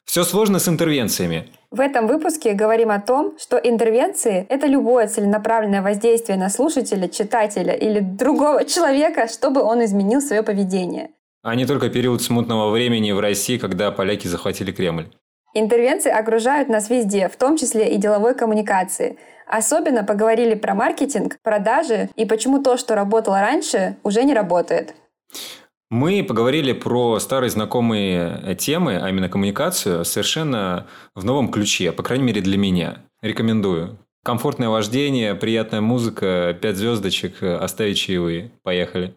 Все сложно с интервенциями. В этом выпуске говорим о том, что интервенции — это любое целенаправленное воздействие на слушателя, читателя или другого человека, чтобы он изменил свое поведение. А не только период смутного времени в России, когда поляки захватили Кремль. Интервенции окружают нас везде, в том числе и деловой коммуникации. Особенно поговорили про маркетинг, продажи и почему то, что работало раньше, уже не работает. Мы поговорили про старые знакомые темы, а именно коммуникацию, совершенно в новом ключе, по крайней мере для меня. Рекомендую. Комфортное вождение, приятная музыка, 5 звездочек, оставить чаевые. Поехали.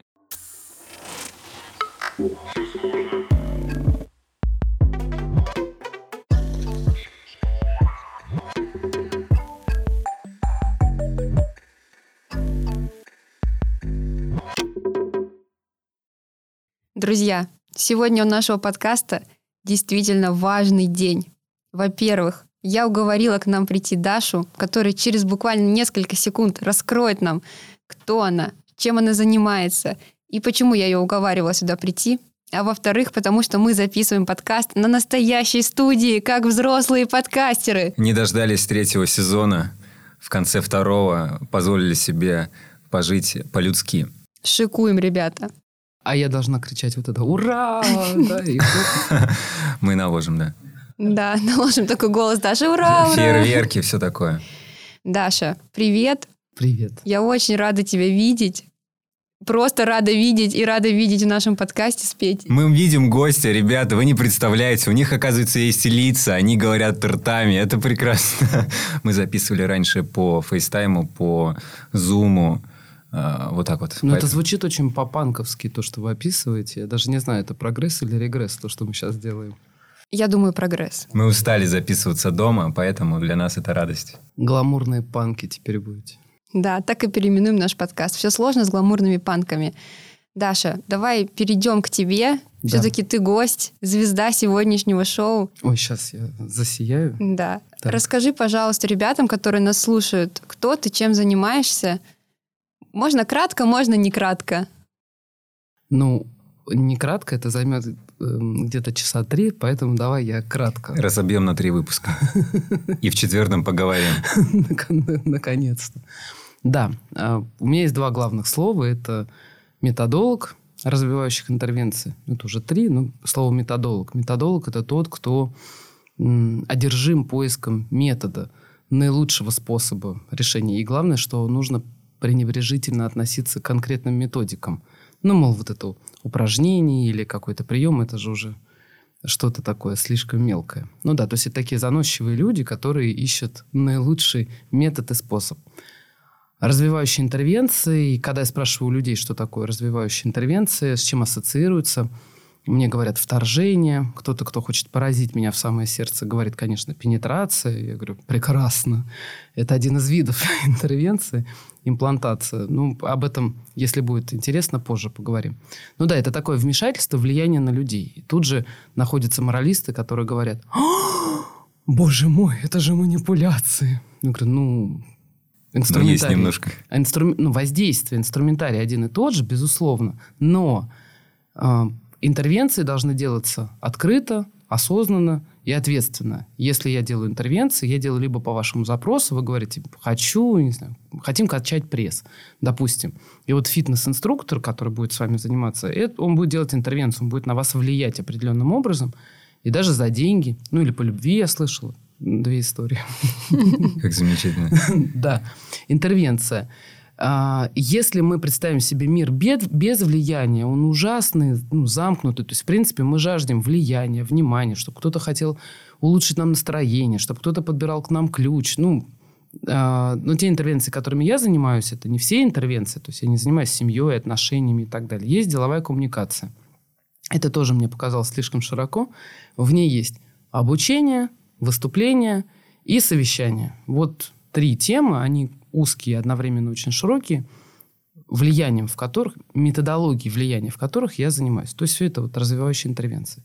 Друзья, сегодня у нашего подкаста действительно важный день. Во-первых, я уговорила к нам прийти Дашу, которая через буквально несколько секунд раскроет нам, кто она, чем она занимается и почему я ее уговаривала сюда прийти. А во-вторых, потому что мы записываем подкаст на настоящей студии, как взрослые подкастеры. Не дождались 3-го сезона, в конце 2-го позволили себе пожить по-людски. Шикуем, ребята. А я должна кричать вот это «Ура!» Мы наложим, да. Да, наложим такой голос Даши. Ура, ура! Фейерверки, все такое. Даша, привет. Привет. Я очень рада тебя видеть. Просто рада видеть и рада видеть в нашем подкасте с Петей. Мы видим гостя, ребята, вы не представляете. У них, оказывается, есть лица, они говорят ртами. Это прекрасно. Мы записывали раньше по фейстайму, по зуму. Вот так вот. Ну, это звучит очень по-панковски, то, что вы описываете. Я даже не знаю, это прогресс или регресс, то, что мы сейчас делаем. Я думаю, прогресс. Мы устали записываться дома, поэтому для нас это радость. Гламурные панки теперь будете. Да, так и переименуем наш подкаст. Все сложно с гламурными панками. Даша, давай перейдем к тебе. Да. Все-таки ты гость, звезда сегодняшнего шоу. Ой, сейчас я засияю. Да. Так. Расскажи, пожалуйста, ребятам, которые нас слушают, кто ты, чем занимаешься. Можно кратко, можно не кратко. Ну, не кратко, это займет где-то часа 3, поэтому давай я кратко. Разобьем на 3 выпуска. И в 4-м поговорим. Наконец-то. Да, у меня есть 2 главных слова. Это методолог развивающих интервенций. Это уже 3, но слово методолог. Методолог – это тот, кто одержим поиском метода, наилучшего способа решения. И главное, что нужно пренебрежительно относиться к конкретным методикам. Ну, мол, вот это упражнение или какой-то прием, это же уже что-то такое слишком мелкое. Ну да, то есть это такие заносчивые люди, которые ищут наилучший метод и способ. Развивающие интервенции, и когда я спрашиваю у людей, что такое развивающие интервенции, с чем ассоциируются, мне говорят вторжение. Кто-то, кто хочет поразить меня в самое сердце, говорит, конечно, пенетрация. Я говорю, прекрасно. Это один из видов интервенции. Имплантация. Ну, об этом, если будет интересно, позже поговорим. Ну да, это такое вмешательство, влияние на людей. И тут же находятся моралисты, которые говорят, боже мой, это же манипуляции. Я говорю, инструментарий. Есть немножко. Воздействие, инструментарий один и тот же, безусловно. Но интервенции должны делаться открыто, осознанно и ответственно. Если я делаю интервенции, я делаю либо по вашему запросу, вы говорите, хотим качать пресс, допустим. И вот фитнес-инструктор, который будет с вами заниматься, он будет делать интервенцию, он будет на вас влиять определенным образом, и даже за деньги, или по любви, я слышала 2 истории. Как замечательно. Да, интервенция. Если мы представим себе мир без влияния, он ужасный, замкнутый. То есть, в принципе, мы жаждем влияния, внимания, чтобы кто-то хотел улучшить нам настроение, чтобы кто-то подбирал к нам ключ. Но те интервенции, которыми я занимаюсь, это не все интервенции. То есть я не занимаюсь семьей, отношениями и так далее. Есть деловая коммуникация. Это тоже мне показалось слишком широко. В ней есть обучение, выступление и совещание. Вот 3 темы, они узкие, одновременно очень широкие, влиянием в которых, методологией влияния в которых я занимаюсь. То есть все это вот развивающие интервенции.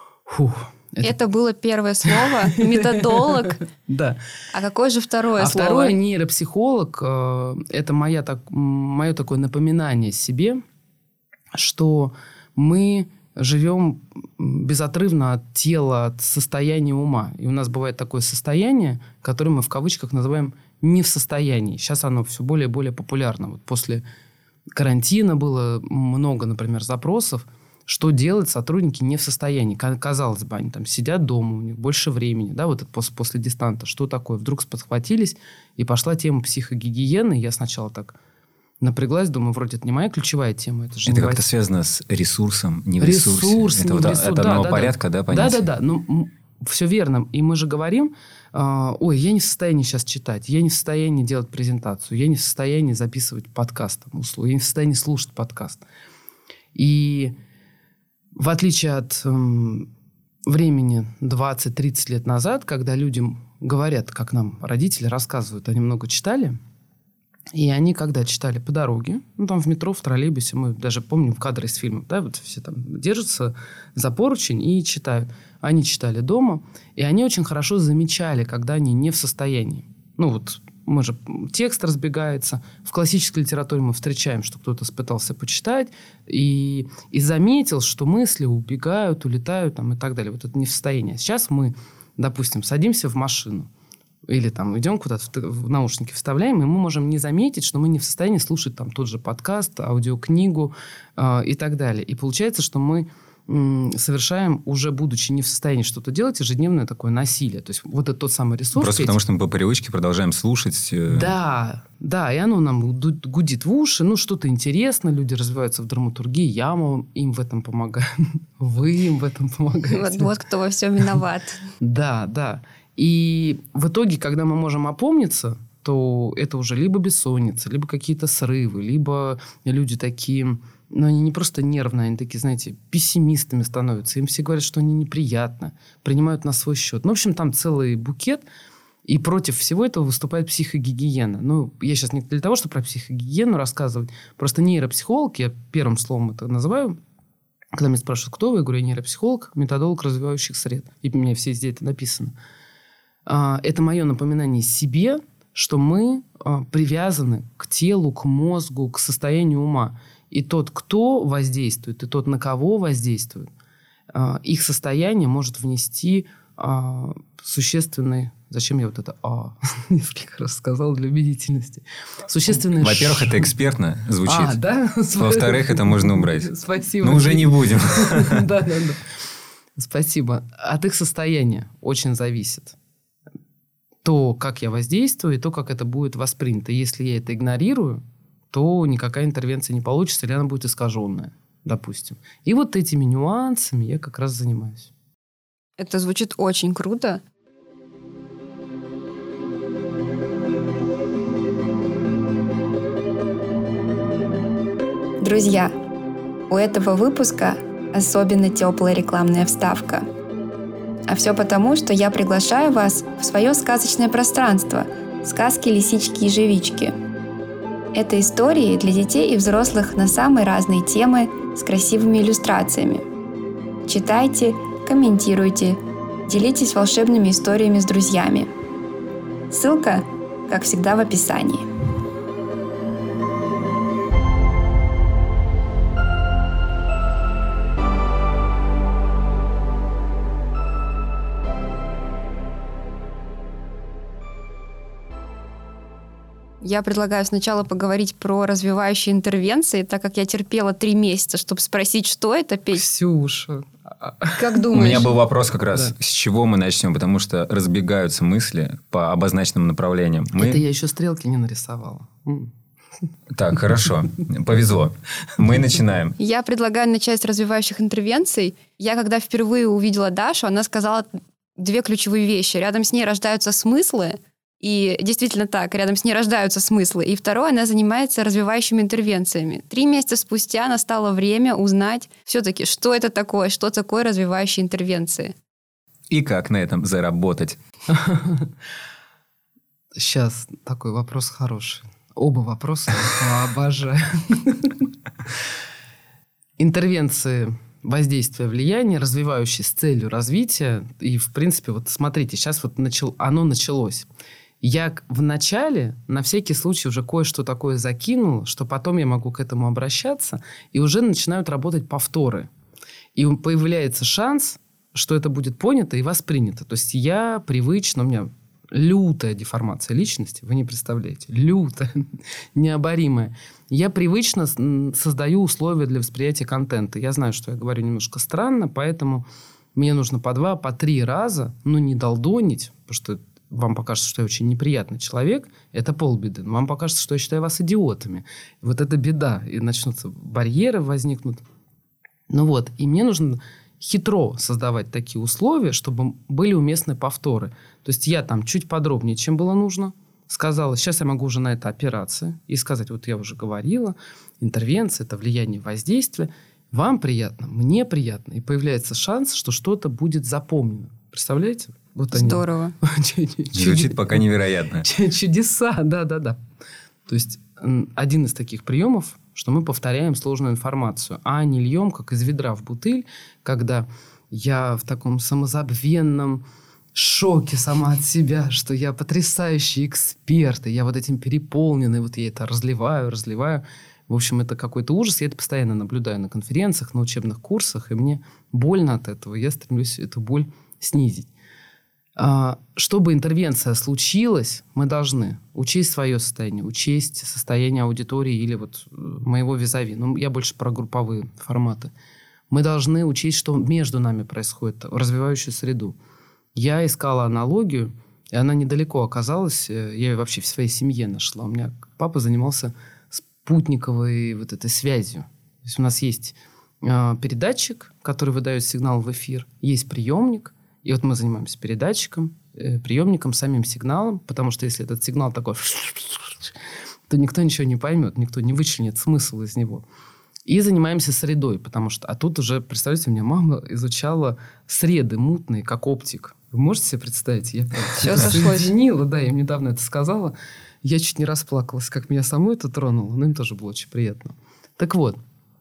Это было первое слово, методолог. Да. А какое же второе слово? Второе, нейропсихолог, это мое такое напоминание себе, что мы живем безотрывно от тела, от состояния ума. И у нас бывает такое состояние, которое мы в кавычках называем «не в состоянии». Сейчас оно все более и более популярно. Вот после карантина было много, например, запросов, что делать сотрудники не в состоянии. Казалось бы, они там сидят дома, у них больше времени, да, вот это после дистанта. Что такое? Вдруг спохватились, и пошла тема психогигиены. Я сначала так напряглась, думаю, вроде это не моя ключевая тема. Это как-то связано с ресурсом, не в ресурсе. Это вот от одного порядка, да, понятие? Да. Ну, все верно. И мы же говорим, ой, я не в состоянии сейчас читать, я не в состоянии делать презентацию, я не в состоянии записывать подкаст, я не в состоянии слушать подкаст. И в отличие от времени 20-30 лет назад, когда людям говорят, как нам родители рассказывают, они много читали, и они, когда читали по дороге, ну, там в метро, в троллейбусе, мы даже помним кадры из фильмов, да, вот все там держатся за поручень и читают. Они читали дома, и они очень хорошо замечали, когда они не в состоянии. Ну, вот мы же, текст разбегается. В классической литературе мы встречаем, что кто-то пытался почитать и заметил, что мысли убегают, улетают там, и так далее. Вот это не в состоянии. А сейчас мы, допустим, садимся в машину или там идем куда-то, в наушники вставляем, и мы можем не заметить, что мы не в состоянии слушать там тот же подкаст, аудиокнигу и так далее. И получается, что мы совершаем, уже будучи не в состоянии что-то делать, ежедневное такое насилие. То есть вот это тот самый ресурс. Просто потому, что мы по привычке продолжаем слушать. Да, и оно нам гудит в уши, ну, что-то интересно, люди развиваются в драматургии, я им в этом помогаю, вы им в этом помогаете. Вот кто во всем виноват. Да. И в итоге, когда мы можем опомниться, то это уже либо бессонница, либо какие-то срывы, либо люди такие... Но они не просто нервные, они такие, знаете, пессимистами становятся. Им все говорят, что они неприятно, принимают на свой счет. Ну, в общем, там целый букет. И против всего этого выступает психогигиена. Ну, я сейчас не для того, чтобы про психогигиену рассказывать. Просто нейропсихолог, я первым словом это называю. Когда меня спрашивают, кто вы, я говорю, я нейропсихолог, методолог развивающих сред. И у меня все везде это написано. Это мое напоминание себе, что мы привязаны к телу, к мозгу, к состоянию ума. И тот, кто воздействует, и тот, на кого воздействует, их состояние может внести существенный... Зачем я вот это несколько раз сказал для убедительности? Существенный... Во-первых, это экспертно звучит. Да? Во-вторых, это можно убрать. Спасибо. Но уже не будем. Да. Спасибо. От их состояния очень зависит то, как я воздействую, и то, как это будет воспринято. Если я это игнорирую, то никакая интервенция не получится, или она будет искаженная, допустим. И вот этими нюансами я как раз занимаюсь. Это звучит очень круто. Друзья, у этого выпуска особенно теплая рекламная вставка. А все потому, что я приглашаю вас в свое сказочное пространство «Сказки лисички-ежевички». Это истории для детей и взрослых на самые разные темы с красивыми иллюстрациями. Читайте, комментируйте, делитесь волшебными историями с друзьями. Ссылка, как всегда, в описании. Я предлагаю сначала поговорить про развивающие интервенции, так как я терпела 3 месяца, чтобы спросить, что это, Петь. Ксюша. Как думаешь? У меня был вопрос как раз, с чего мы начнем, потому что разбегаются мысли по обозначенным направлениям. Это я еще стрелки не нарисовала. Так, хорошо. Повезло. Мы начинаем. Я предлагаю начать с развивающих интервенций. Я, когда впервые увидела Дашу, она сказала 2 ключевые вещи. Рядом с ней рождаются смыслы. И действительно так, рядом с ней рождаются смыслы. И второе, она занимается развивающими интервенциями. 3 месяца спустя настало время узнать все-таки, что это такое, что такое развивающие интервенции. И как на этом заработать. Сейчас такой вопрос хороший. Оба вопроса обожаю. Интервенции воздействия, влияния, развивающие с целью развития. И, в принципе, вот смотрите, сейчас вот оно началось. Я вначале на всякий случай уже кое-что такое закинул, что потом я могу к этому обращаться, и уже начинают работать повторы. И появляется шанс, что это будет понято и воспринято. То есть я привычно, у меня лютая деформация личности, вы не представляете, лютая, необоримая. Я привычно создаю условия для восприятия контента. Я знаю, что я говорю немножко странно, поэтому мне нужно по 2, по 3 раза, не долдонить, потому что вам покажется, что я очень неприятный человек, это полбеды. Но вам покажется, что я считаю вас идиотами. Вот это беда. И начнутся барьеры, возникнут. И мне нужно хитро создавать такие условия, чтобы были уместны повторы. То есть я там чуть подробнее, чем было нужно, сказала, сейчас я могу уже на это опираться и сказать, вот я уже говорила, интервенция – это влияние воздействия. Вам приятно, мне приятно. И появляется шанс, что что-то будет запомнено. Представляете? Вот здорово. Звучит пока невероятно. Чудеса, да. То есть один из таких приемов, что мы повторяем сложную информацию, а не льем, как из ведра в бутыль, когда я в таком самозабвенном шоке сама от себя, что я потрясающий эксперт, и я вот этим переполненный, вот я это разливаю. В общем, это какой-то ужас. Я это постоянно наблюдаю на конференциях, на учебных курсах, и мне больно от этого. Я стремлюсь эту боль снизить. Чтобы интервенция случилась, мы должны учесть свое состояние, учесть состояние аудитории или вот моего визави. Я больше про групповые форматы. Мы должны учесть, что между нами происходит, развивающую среду. Я искала аналогию, и она недалеко оказалась. Я ее вообще в своей семье нашла. У меня папа занимался спутниковой вот этой связью. То есть у нас есть передатчик, который выдает сигнал в эфир, есть приемник. И вот мы занимаемся передатчиком, приемником, самим сигналом, потому что если этот сигнал такой, то никто ничего не поймет, никто не вычленит смысл из него. И занимаемся средой, потому что... А тут уже, представляете, у меня мама изучала среды мутные, как оптик. Вы можете себе представить? Я все сошлось. Да, я им недавно это сказала. Я чуть не расплакалась, как меня саму это тронуло, но им тоже было очень приятно. Так вот,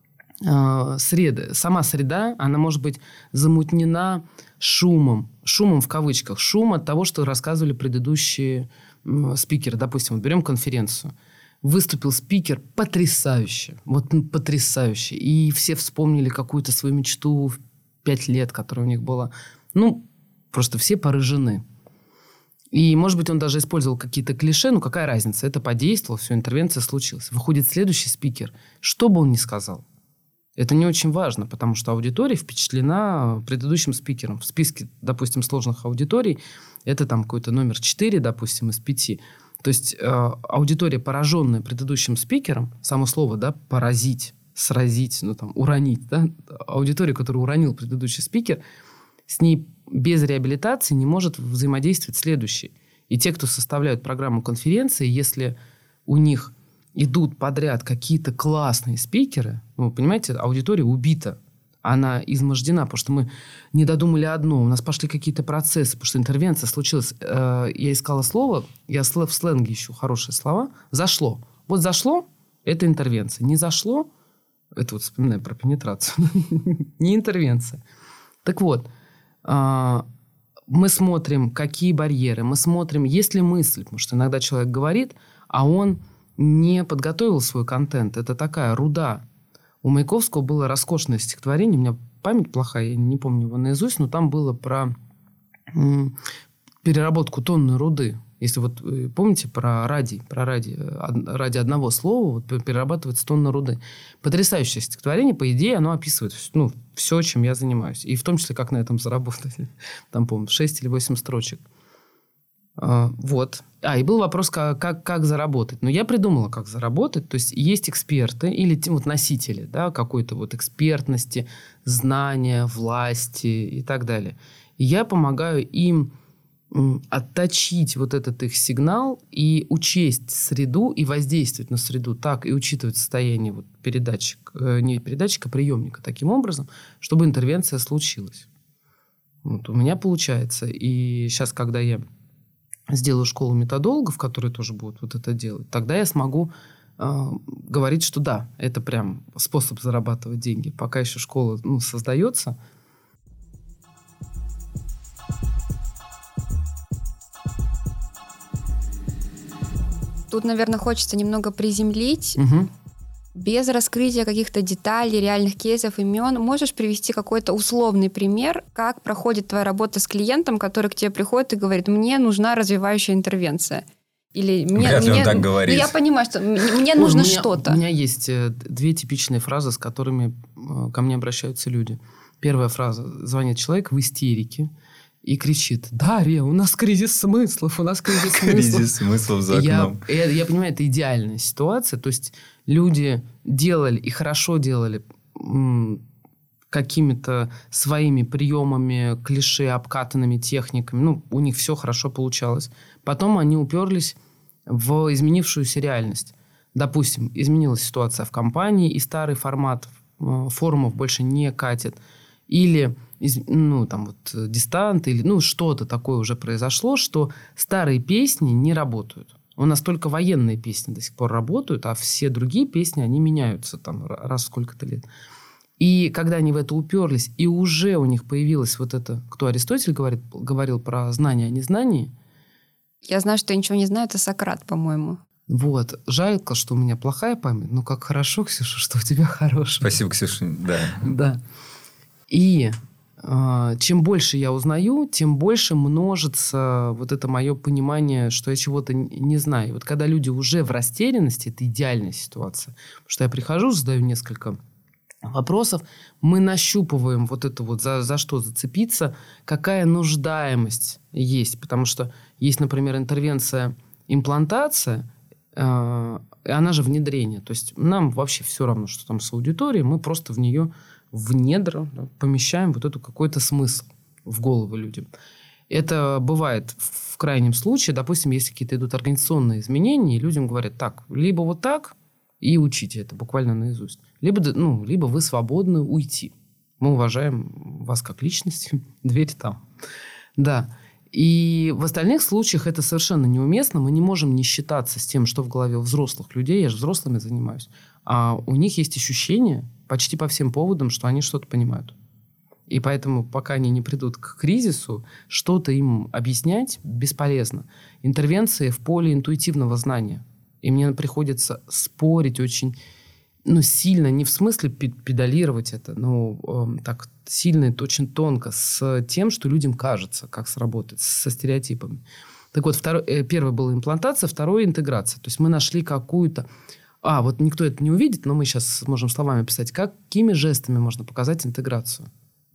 среды. Сама среда, она может быть замутнена шумом. Шумом в кавычках. Шум от того, что рассказывали предыдущие спикеры. Допустим, вот берем конференцию. Выступил спикер потрясающе. Потрясающе. И все вспомнили какую-то свою мечту в 5 лет, которая у них была. Просто все поражены. И, может быть, он даже использовал какие-то клише. Какая разница? Это подействовало, все, интервенция случилась. Выходит следующий спикер. Что бы он ни сказал, это не очень важно, потому что аудитория впечатлена предыдущим спикером. В списке, допустим, сложных аудиторий это там какой-то номер 4, допустим, из 5. То есть аудитория, пораженная предыдущим спикером, само слово, поразить, сразить, уронить, аудитория, которую уронил предыдущий спикер, с ней без реабилитации не может взаимодействовать следующий. И те, кто составляют программу конференции, если у них идут подряд какие-то классные спикеры, понимаете, аудитория убита. Она измождена, потому что мы не додумали одно. У нас пошли какие-то процессы, потому что интервенция случилась. Я искала слово, я в сленге ищу хорошие слова. Зашло. Вот зашло – это интервенция. Не зашло – это вспоминаю про пенетрацию. Не интервенция. Так вот, мы смотрим, какие барьеры. Мы смотрим, есть ли мысль. Потому что иногда человек говорит, а он не подготовил свой контент. Это такая руда. У Маяковского было роскошное стихотворение. У меня память плохая, я не помню его наизусть, но там было про переработку тонны руды. Если помните про радий ради одного слова перерабатывается тонна руды. Потрясающее стихотворение. По идее, оно описывает все, чем я занимаюсь. И в том числе, как на этом заработать. Там, по-моему, 6 или 8 строчек. И был вопрос, как заработать. Но я придумала, как заработать. То есть есть эксперты или носители какой-то экспертности, знания, власти и так далее. И я помогаю им отточить этот их сигнал и учесть среду и воздействовать на среду так, и учитывать состояние не передатчика, а приемника таким образом, чтобы интервенция случилась. У меня получается. И сейчас, когда я сделаю школу методологов, которые тоже будут это делать, тогда я смогу говорить, что да, это прям способ зарабатывать деньги. Пока еще школа создается. Тут, наверное, хочется немного приземлить Без раскрытия каких-то деталей, реальных кейсов, имен, можешь привести какой-то условный пример, как проходит твоя работа с клиентом, который к тебе приходит и говорит: мне нужна развивающая интервенция. Или Вряд ли он так говорит. Я понимаю, что мне нужно что-то. У меня есть 2 типичные фразы, с которыми ко мне обращаются люди. Первая фраза. Звонит человек в истерике и кричит: Дарья, у нас кризис смыслов, у нас кризис смыслов. Кризис смыслов за окном. Я понимаю, это идеальная ситуация. То есть люди делали и хорошо делали какими-то своими приемами, клише, обкатанными техниками. У них все хорошо получалось. Потом они уперлись в изменившуюся реальность. Допустим, изменилась ситуация в компании, и старый формат форумов больше не катит. Или дистант, или что-то такое уже произошло, что старые песни не работают. У нас только военные песни до сих пор работают, а все другие песни, они меняются там раз в сколько-то лет. И когда они в это уперлись, и уже у них появилось вот это, кто Аристотель говорил про знание о незнании. Я знаю, что я ничего не знаю, это Сократ, по-моему. Вот. Жалко, что у меня плохая память. Как хорошо, Ксюша, что у тебя хорошая. Спасибо, Ксюша. Да. Да. И чем больше я узнаю, тем больше множится вот это мое понимание, что я чего-то не знаю. И вот когда люди уже в растерянности, это идеальная ситуация. Потому что я прихожу, задаю несколько вопросов, мы нащупываем вот это вот, за что зацепиться, какая нуждаемость есть. Потому что есть, например, интервенция имплантация, она же внедрение. То есть нам вообще все равно, что там с аудиторией, мы просто в нее в недра помещаем вот эту какой-то смысл в голову людям. Это бывает в крайнем случае, допустим, если какие-то идут организационные изменения, и людям говорят: так, либо вот так, и учите это буквально наизусть, либо вы свободны уйти. Мы уважаем вас как личности, дверь там. Да. И в остальных случаях это совершенно неуместно. Мы не можем не считаться с тем, что в голове у взрослых людей, я же взрослыми занимаюсь, а у них есть ощущение почти по всем поводам, что они что-то понимают. И поэтому, пока они не придут к кризису, что-то им объяснять бесполезно. Интервенции в поле интуитивного знания. И мне приходится спорить очень сильно, не в смысле педалировать это, но так сильно и очень тонко с тем, что людям кажется, как сработает, со стереотипами. Так вот, первое было имплантация, второе интеграция. То есть мы нашли какую-то... вот никто это не увидит, но мы сейчас можем словами писать, какими жестами можно показать интеграцию.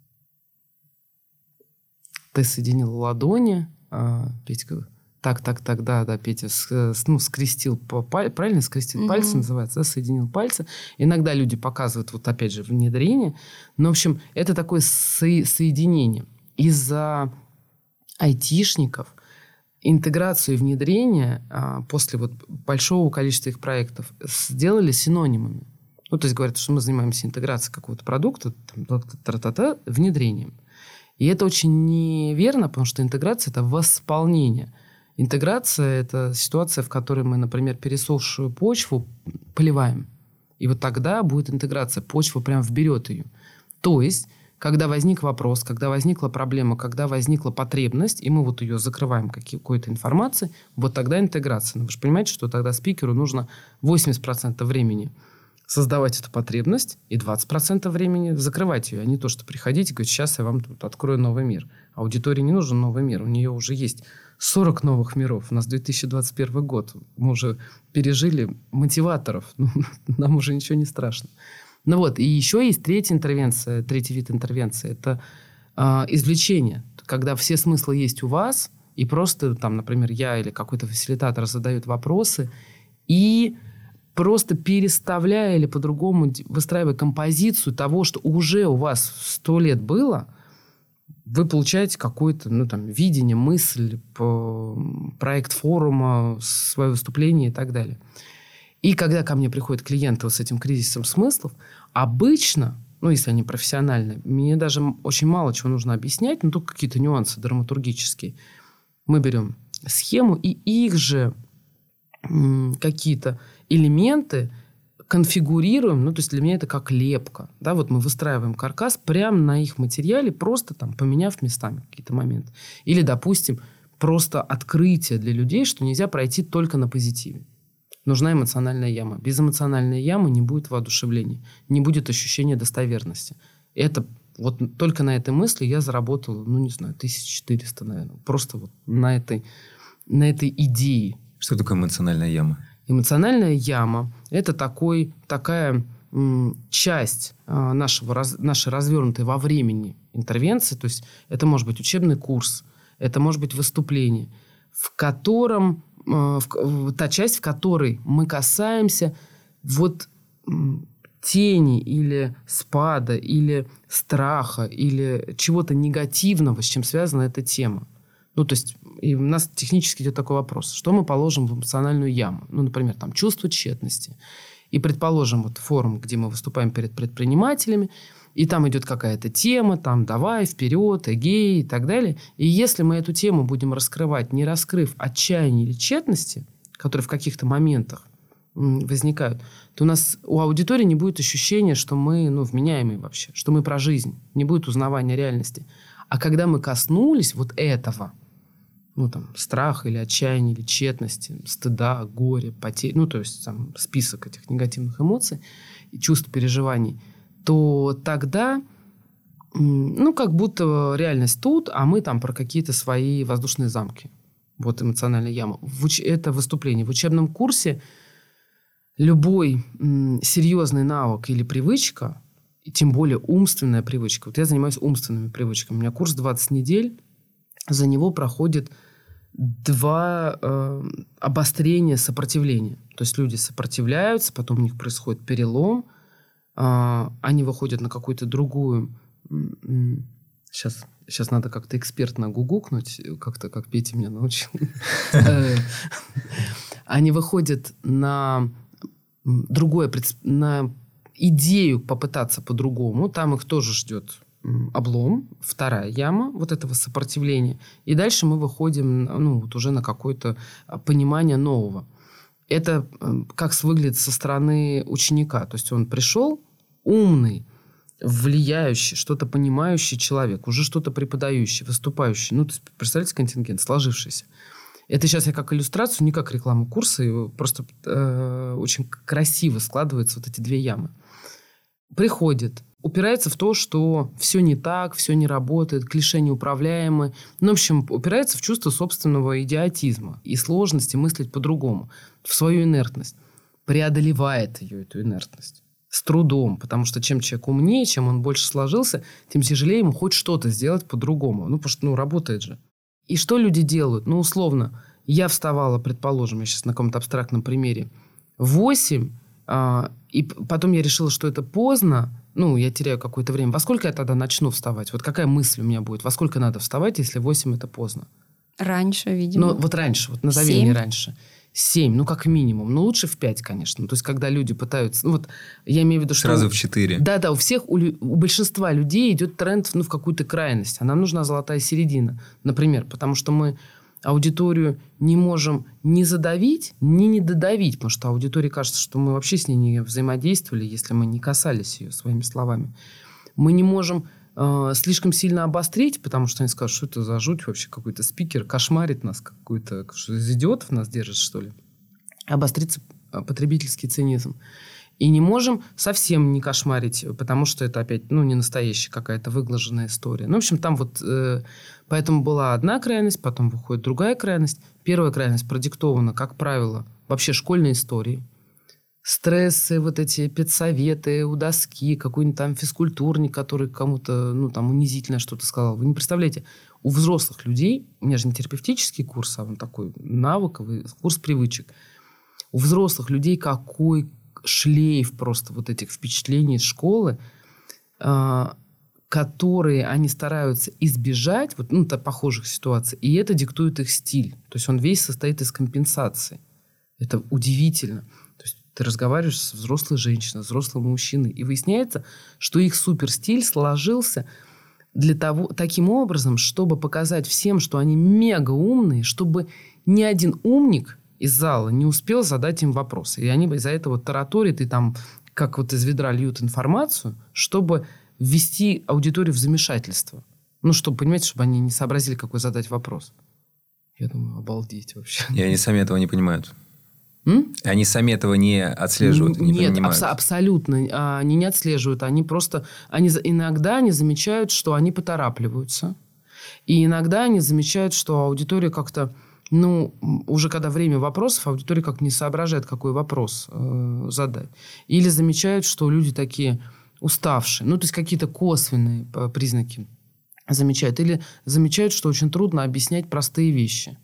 Ты соединил ладони, Петька... Так, да, Петя скрестил, правильно скрестил пальцы называется, да, соединил пальцы. Иногда люди показывают, вот опять же, внедрение. Но, в общем, это такое соединение. Из-за айтишников интеграцию и внедрение после большого количества их проектов сделали синонимами. То есть говорят, что мы занимаемся интеграцией какого-то продукта, внедрением. И это очень неверно, потому что интеграция – это восполнение. Интеграция – это ситуация, в которой мы, например, пересохшую почву поливаем. И вот тогда будет интеграция. Почва прям вберет ее. То есть, когда возник вопрос, когда возникла проблема, когда возникла потребность, и мы ее закрываем какой-то информацией, вот тогда интеграция. Вы же понимаете, что тогда спикеру нужно 80% времени создавать эту потребность и 20% времени закрывать ее, а не то, что приходите и говорить: сейчас я вам тут открою новый мир. Аудитории не нужен новый мир, у нее уже есть 40 новых миров. У нас 2021 год. Мы уже пережили мотиваторов. Нам уже ничего не страшно. И еще есть третий вид интервенции. Это извлечение. Когда все смыслы есть у вас, и просто, например, я или какой-то фасилитатор задают вопросы, и просто переставляя или по-другому выстраивая композицию того, что уже у вас 100 лет было, вы получаете какое-то видение, мысль, проект форума, свое выступление и так далее. И когда ко мне приходят клиенты с этим кризисом смыслов, обычно, если они профессиональные, мне даже очень мало чего нужно объяснять, но только какие-то нюансы драматургические. Мы берем схему и их же какие-то элементы конфигурируем, то есть для меня это как лепка. Да, мы выстраиваем каркас прямо на их материале, просто поменяв местами какие-то моменты. Или, допустим, просто открытие для людей, что нельзя пройти только на позитиве. нужна эмоциональная яма. Без эмоциональной ямы не будет воодушевления, не будет ощущения достоверности. Это вот только на этой мысли я заработал, 1400, наверное. Просто вот на этой идее. Что такое эмоциональная яма? Эмоциональная яма – это такая часть нашей развернутой во времени интервенции. То есть это может быть учебный курс, это может быть выступление, в котором та часть, в которой мы касаемся вот тени или спада, или страха, или чего-то негативного, с чем связана эта тема. То есть и у нас технически идет такой вопрос. Что мы положим в эмоциональную яму? Например, там чувство тщетности. И, предположим, вот форум, где мы выступаем перед предпринимателями, и там идет какая-то тема, там давай, вперед, эгей и так далее. И если мы эту тему будем раскрывать, не раскрыв отчаяния или тщетности, которые в каких-то моментах возникают, то у аудитории не будет ощущения, что мы вменяемые вообще, что мы про жизнь, не будет узнавания реальности. А когда мы коснулись вот этого, страха или отчаяния, или тщетности, стыда, горя, потерь, то есть там список этих негативных эмоций и чувств, переживаний, то тогда, как будто реальность тут, а мы там про какие-то свои воздушные замки. Вот эмоциональная яма. Это выступление. В учебном курсе любой серьезный навык или привычка, и тем более умственная привычка. Вот я занимаюсь умственными привычками. У меня курс 20 недель. За него проходит 2 обострения сопротивления. То есть люди сопротивляются, потом у них происходит перелом, они выходят на какую-то другую... Сейчас надо как-то экспертно гугукнуть, как-то как Петя меня научил. Они выходят на другое, на идею попытаться по-другому. Там их тоже ждет облом, 2-я яма вот этого сопротивления. И дальше мы выходим уже на какое-то понимание нового. Это как выглядит со стороны ученика. То есть он пришел умный, влияющий, что-то понимающий человек, уже что-то преподающий, выступающий. То есть, представляете, контингент сложившийся. Это сейчас я как иллюстрацию, не как рекламу курса, просто очень красиво складываются вот эти 2 ямы. Приходит, упирается в то, что все не так, все не работает, клише неуправляемы. В общем, упирается в чувство собственного идиотизма и сложности мыслить по-другому, в свою инертность. Преодолевает ее, эту инертность. С трудом, потому что чем человек умнее, чем он больше сложился, тем тяжелее ему хоть что-то сделать по-другому. Потому что, работает же. И что люди делают? Условно, я вставала, предположим, я сейчас на каком-то абстрактном примере, в 8, и потом я решила, что это поздно, я теряю какое-то время. Во сколько я тогда начну вставать? Вот какая мысль у меня будет? Во сколько надо вставать, если 8 это поздно? Раньше, видимо. Вот раньше, вот назови 7. мне раньше. 7, как минимум. Лучше в 5, конечно. То есть, когда люди пытаются... я имею в виду, что... Сразу в 4. Да, у большинства людей идет тренд в какую-то крайность. А нам нужна золотая середина, например. Потому что мы аудиторию не можем ни задавить, ни не додавить. Потому что аудитории кажется, что мы вообще с ней не взаимодействовали, если мы не касались ее своими словами. Мы не можем слишком сильно обострить, потому что они скажут, что это за жуть вообще, какой-то спикер кошмарит нас, какой-то, что из идиотов нас держит, что ли. Обострится потребительский цинизм. И не можем совсем не кошмарить, потому что это опять, не настоящая какая-то выглаженная история. В общем, там поэтому была одна крайность, потом выходит другая крайность. Первая крайность продиктована, как правило, вообще школьной историей. Стрессы, вот эти педсоветы у доски, какой-нибудь там физкультурник, который кому-то, унизительно что-то сказал. Вы не представляете, у взрослых людей, у меня же не терапевтический курс, а он такой навыковый, курс привычек. У взрослых людей какой шлейф просто вот этих впечатлений из школы, которые они стараются избежать, похожих ситуаций, и это диктует их стиль. То есть он весь состоит из компенсации. Это удивительно. То есть ты разговариваешь с взрослой женщиной, с взрослым мужчиной, и выясняется, что их суперстиль сложился таким образом, чтобы показать всем, что они мега умные, чтобы ни один умник из зала не успел задать им вопросы. И они из-за этого тараторят и там, как из ведра льют информацию, чтобы ввести аудиторию в замешательство. Чтобы, понимаете, чтобы они не сообразили, какой задать вопрос. Я думаю, обалдеть вообще. И они сами этого не понимают. Они сами этого не отслеживают, не Нет, понимают? абсолютно. Они не отслеживают. Иногда они замечают, что они поторапливаются. И иногда они замечают, что аудитория как-то... уже когда время вопросов, аудитория как-то не соображает, какой вопрос задать. Или замечают, что люди такие уставшие. То есть какие-то косвенные признаки замечают. Или замечают, что очень трудно объяснять простые вещи.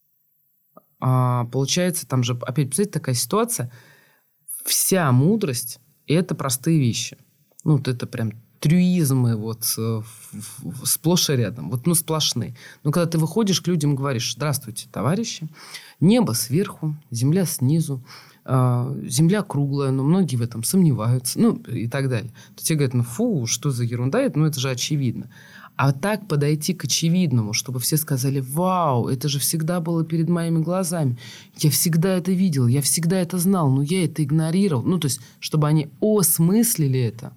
Получается, там же, опять, представляете, такая ситуация. Вся мудрость – это простые вещи. Это прям трюизмы сплошь и рядом. Сплошные. Но когда ты выходишь к людям и говоришь: здравствуйте, товарищи, небо сверху, земля снизу, земля круглая, но многие в этом сомневаются, и так далее. То тебе говорят: фу, что за ерунда, это же очевидно. А так подойти к очевидному, чтобы все сказали: вау, это же всегда было перед моими глазами. Я всегда это видел, я всегда это знал, но я это игнорировал. То есть, чтобы они осмыслили это.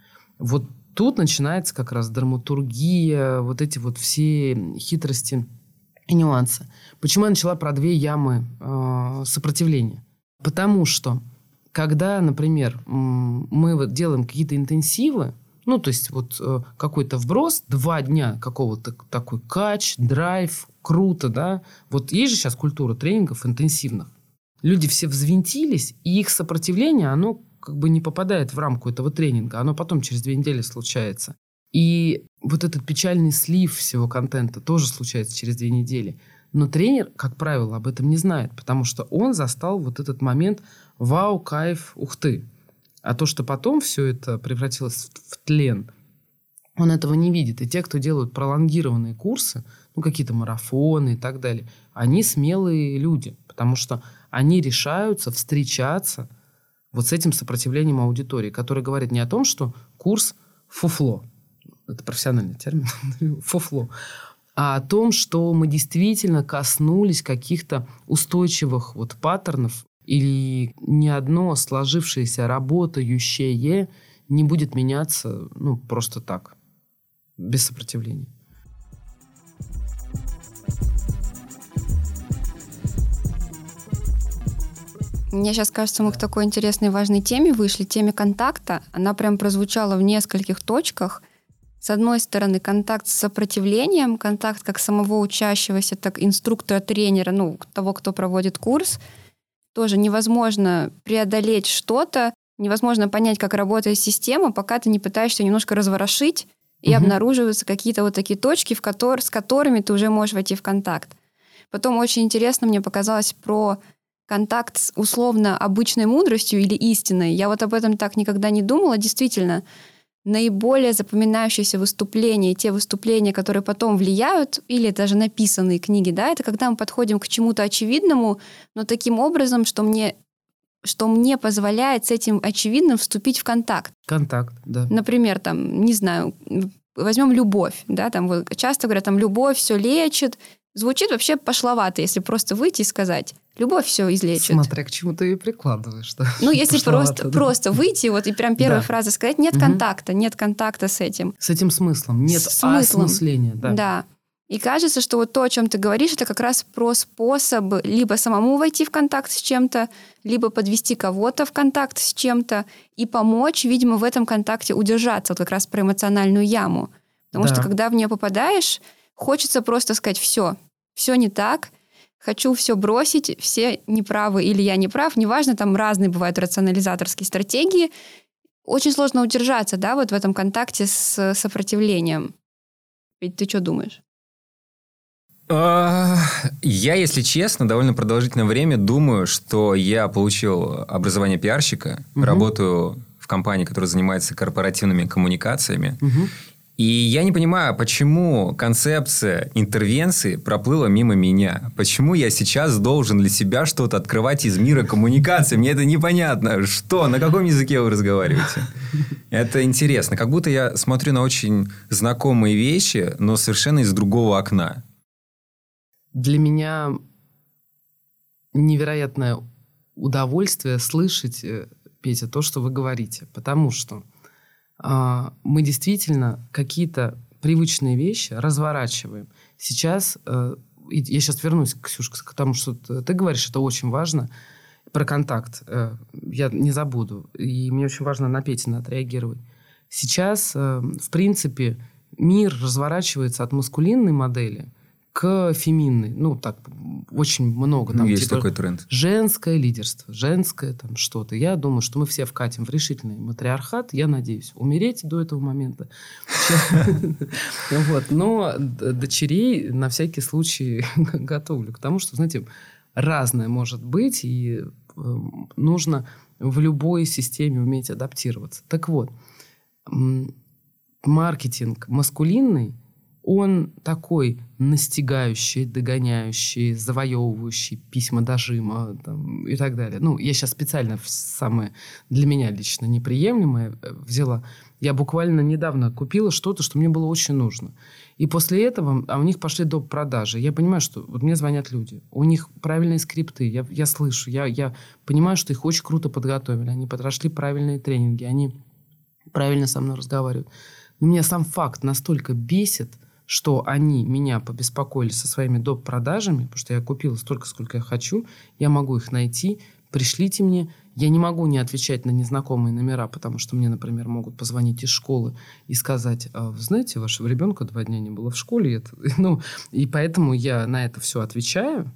Тут начинается как раз драматургия, эти все хитрости и нюансы. Почему я начала про 2 ямы сопротивления? Потому что, когда, например, мы делаем какие-то интенсивы, то есть какой-то вброс, 2 дня какого-то такой кач, драйв, круто, да? Есть же сейчас культура тренингов интенсивных. Люди все взвинтились, и их сопротивление, оно не попадает в рамку этого тренинга. Оно потом через 2 недели случается. И этот печальный слив всего контента тоже случается через 2 недели. Но тренер, как правило, об этом не знает, потому что он застал этот момент: вау, кайф, ух ты. А то, что потом все это превратилось в тлен, он этого не видит. И те, кто делают пролонгированные курсы, какие-то марафоны и так далее, они смелые люди, потому что они решаются встречаться с этим сопротивлением аудитории, которая говорит не о том, что курс фуфло, это профессиональный термин, фуфло, а о том, что мы действительно коснулись каких-то устойчивых паттернов, или ни одно сложившееся работающее не будет меняться просто так, без сопротивления. Мне сейчас кажется, мы к такой интересной важной теме вышли, теме контакта. Она прям прозвучала в нескольких точках. С одной стороны, контакт с сопротивлением, контакт как самого учащегося, так инструктора-тренера, того, кто проводит курс. Тоже невозможно преодолеть что-то, невозможно понять, как работает система, пока ты не пытаешься немножко разворошить, и обнаруживаются какие-то такие точки, с которыми ты уже можешь войти в контакт. Потом очень интересно мне показалось про контакт с условно обычной мудростью или истиной. Я об этом так никогда не думала. Действительно, наиболее запоминающиеся выступления, те выступления, которые потом влияют, или даже написанные книги, да, это когда мы подходим к чему-то очевидному, но таким образом, что мне позволяет с этим очевидным вступить в контакт. Контакт, да. Например, не знаю, возьмем любовь, да, часто говорят, любовь все лечит. Звучит вообще пошловато, если просто выйти и сказать: любовь все излечит. Смотря к чему ты ее прикладываешь. Да? Если просто выйти и прям первая фраза сказать: нет контакта с этим. С этим смыслом. Нет осмысления. Да. И кажется, что то, о чем ты говоришь, это как раз про способ либо самому войти в контакт с чем-то, либо подвести кого-то в контакт с чем-то и помочь, видимо, в этом контакте удержаться. Как раз про эмоциональную яму. Потому что когда в нее попадаешь, хочется просто сказать: все не так, хочу все бросить, все неправы или я не прав, неважно, там разные бывают рационализаторские стратегии. Очень сложно удержаться, да, в этом контакте с сопротивлением. Ведь ты что думаешь? Я, если честно, довольно продолжительное время думаю, что я получил образование пиарщика, работаю в компании, которая занимается корпоративными коммуникациями. И я не понимаю, почему концепция интервенции проплыла мимо меня. Почему я сейчас должен для себя что-то открывать из мира коммуникации? Мне это непонятно. Что? На каком языке вы разговариваете? Это интересно. Как будто я смотрю на очень знакомые вещи, но совершенно из другого окна. Для меня невероятное удовольствие слышать, Петя, то, что вы говорите. Потому что мы действительно какие-то привычные вещи разворачиваем. Сейчас, я сейчас вернусь, Ксюшка, к тому, что ты говоришь, это очень важно. про контакт я не забуду. И мне очень важно на Петина отреагировать. Сейчас, в принципе, мир разворачивается от маскулинной модели к феминной. Ну, так, очень много. Там, есть типа, такой тренд. Женское лидерство, женское там что-то. Я думаю, что мы все вкатим в решительный матриархат. Я надеюсь умереть до этого момента. Но дочерей на всякий случай готовлю к тому, что, знаете, разное может быть, и нужно в любой системе уметь адаптироваться. Так вот, маркетинг маскулинный, он такой настигающий, догоняющий, завоевывающий письма дожима там, и так далее. Ну, я сейчас специально самое для меня лично неприемлемое взяла. Я буквально недавно купила что-то, что мне было очень нужно. И после этого у них пошли доп. Продажи. Я понимаю, что вот мне звонят люди. У них правильные скрипты. Я слышу. Я понимаю, что их очень круто подготовили. Они прошли правильные тренинги. Они правильно со мной разговаривают. Но меня сам факт настолько бесит, что они меня побеспокоили со своими доп. Продажами, потому что я купила столько, сколько я хочу, я могу их найти, пришлите мне. Я не могу не отвечать на незнакомые номера, потому что мне, например, могут позвонить из школы и сказать: вы знаете, вашего ребенка 2 дня не было в школе. И поэтому я на это все отвечаю.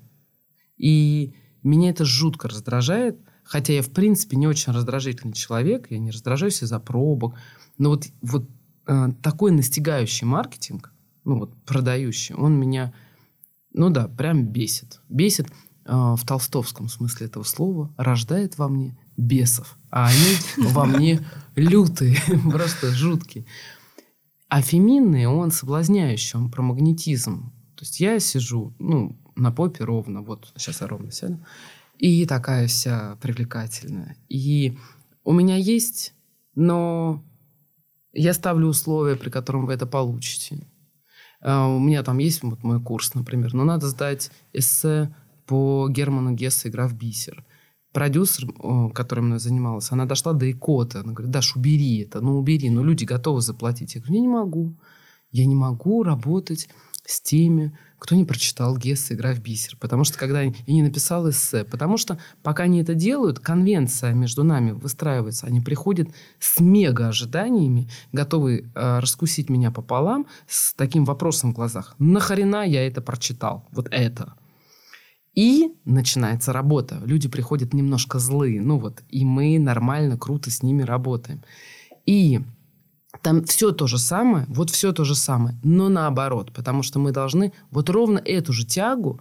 И меня это жутко раздражает, хотя я, в принципе, не очень раздражительный человек, я не раздражаюсь из-за пробок. Но вот такой настигающий маркетинг, продающий, он меня, прям бесит. Бесит в толстовском смысле этого слова, рождает во мне бесов. А они во мне лютые, просто жуткие. А феминный, он соблазняющий, он про магнетизм. То есть я сижу, на попе ровно, вот сейчас я ровно сяду, и такая вся привлекательная. И у меня есть, но я ставлю условия, при котором вы это получите. У меня там есть мой курс, например, но надо сдать эссе по Герману Гессу «Игра в бисер». Продюсер, которая мной занималась, она дошла до икоты. Она говорит: Даш, убери это, убери. Люди готовы заплатить. Я говорю: я не могу. Я не могу работать с теми, кто не прочитал Гесса «Игра в бисер». Потому что когда я не написал эссе. Потому что пока они это делают, конвенция между нами выстраивается. Они приходят с мега-ожиданиями, готовы раскусить меня пополам, с таким вопросом в глазах: нахрена я это прочитал? Вот это. И начинается работа. Люди приходят немножко злые. И мы нормально, круто с ними работаем. И там все то же самое, но наоборот. Потому что мы должны ровно эту же тягу,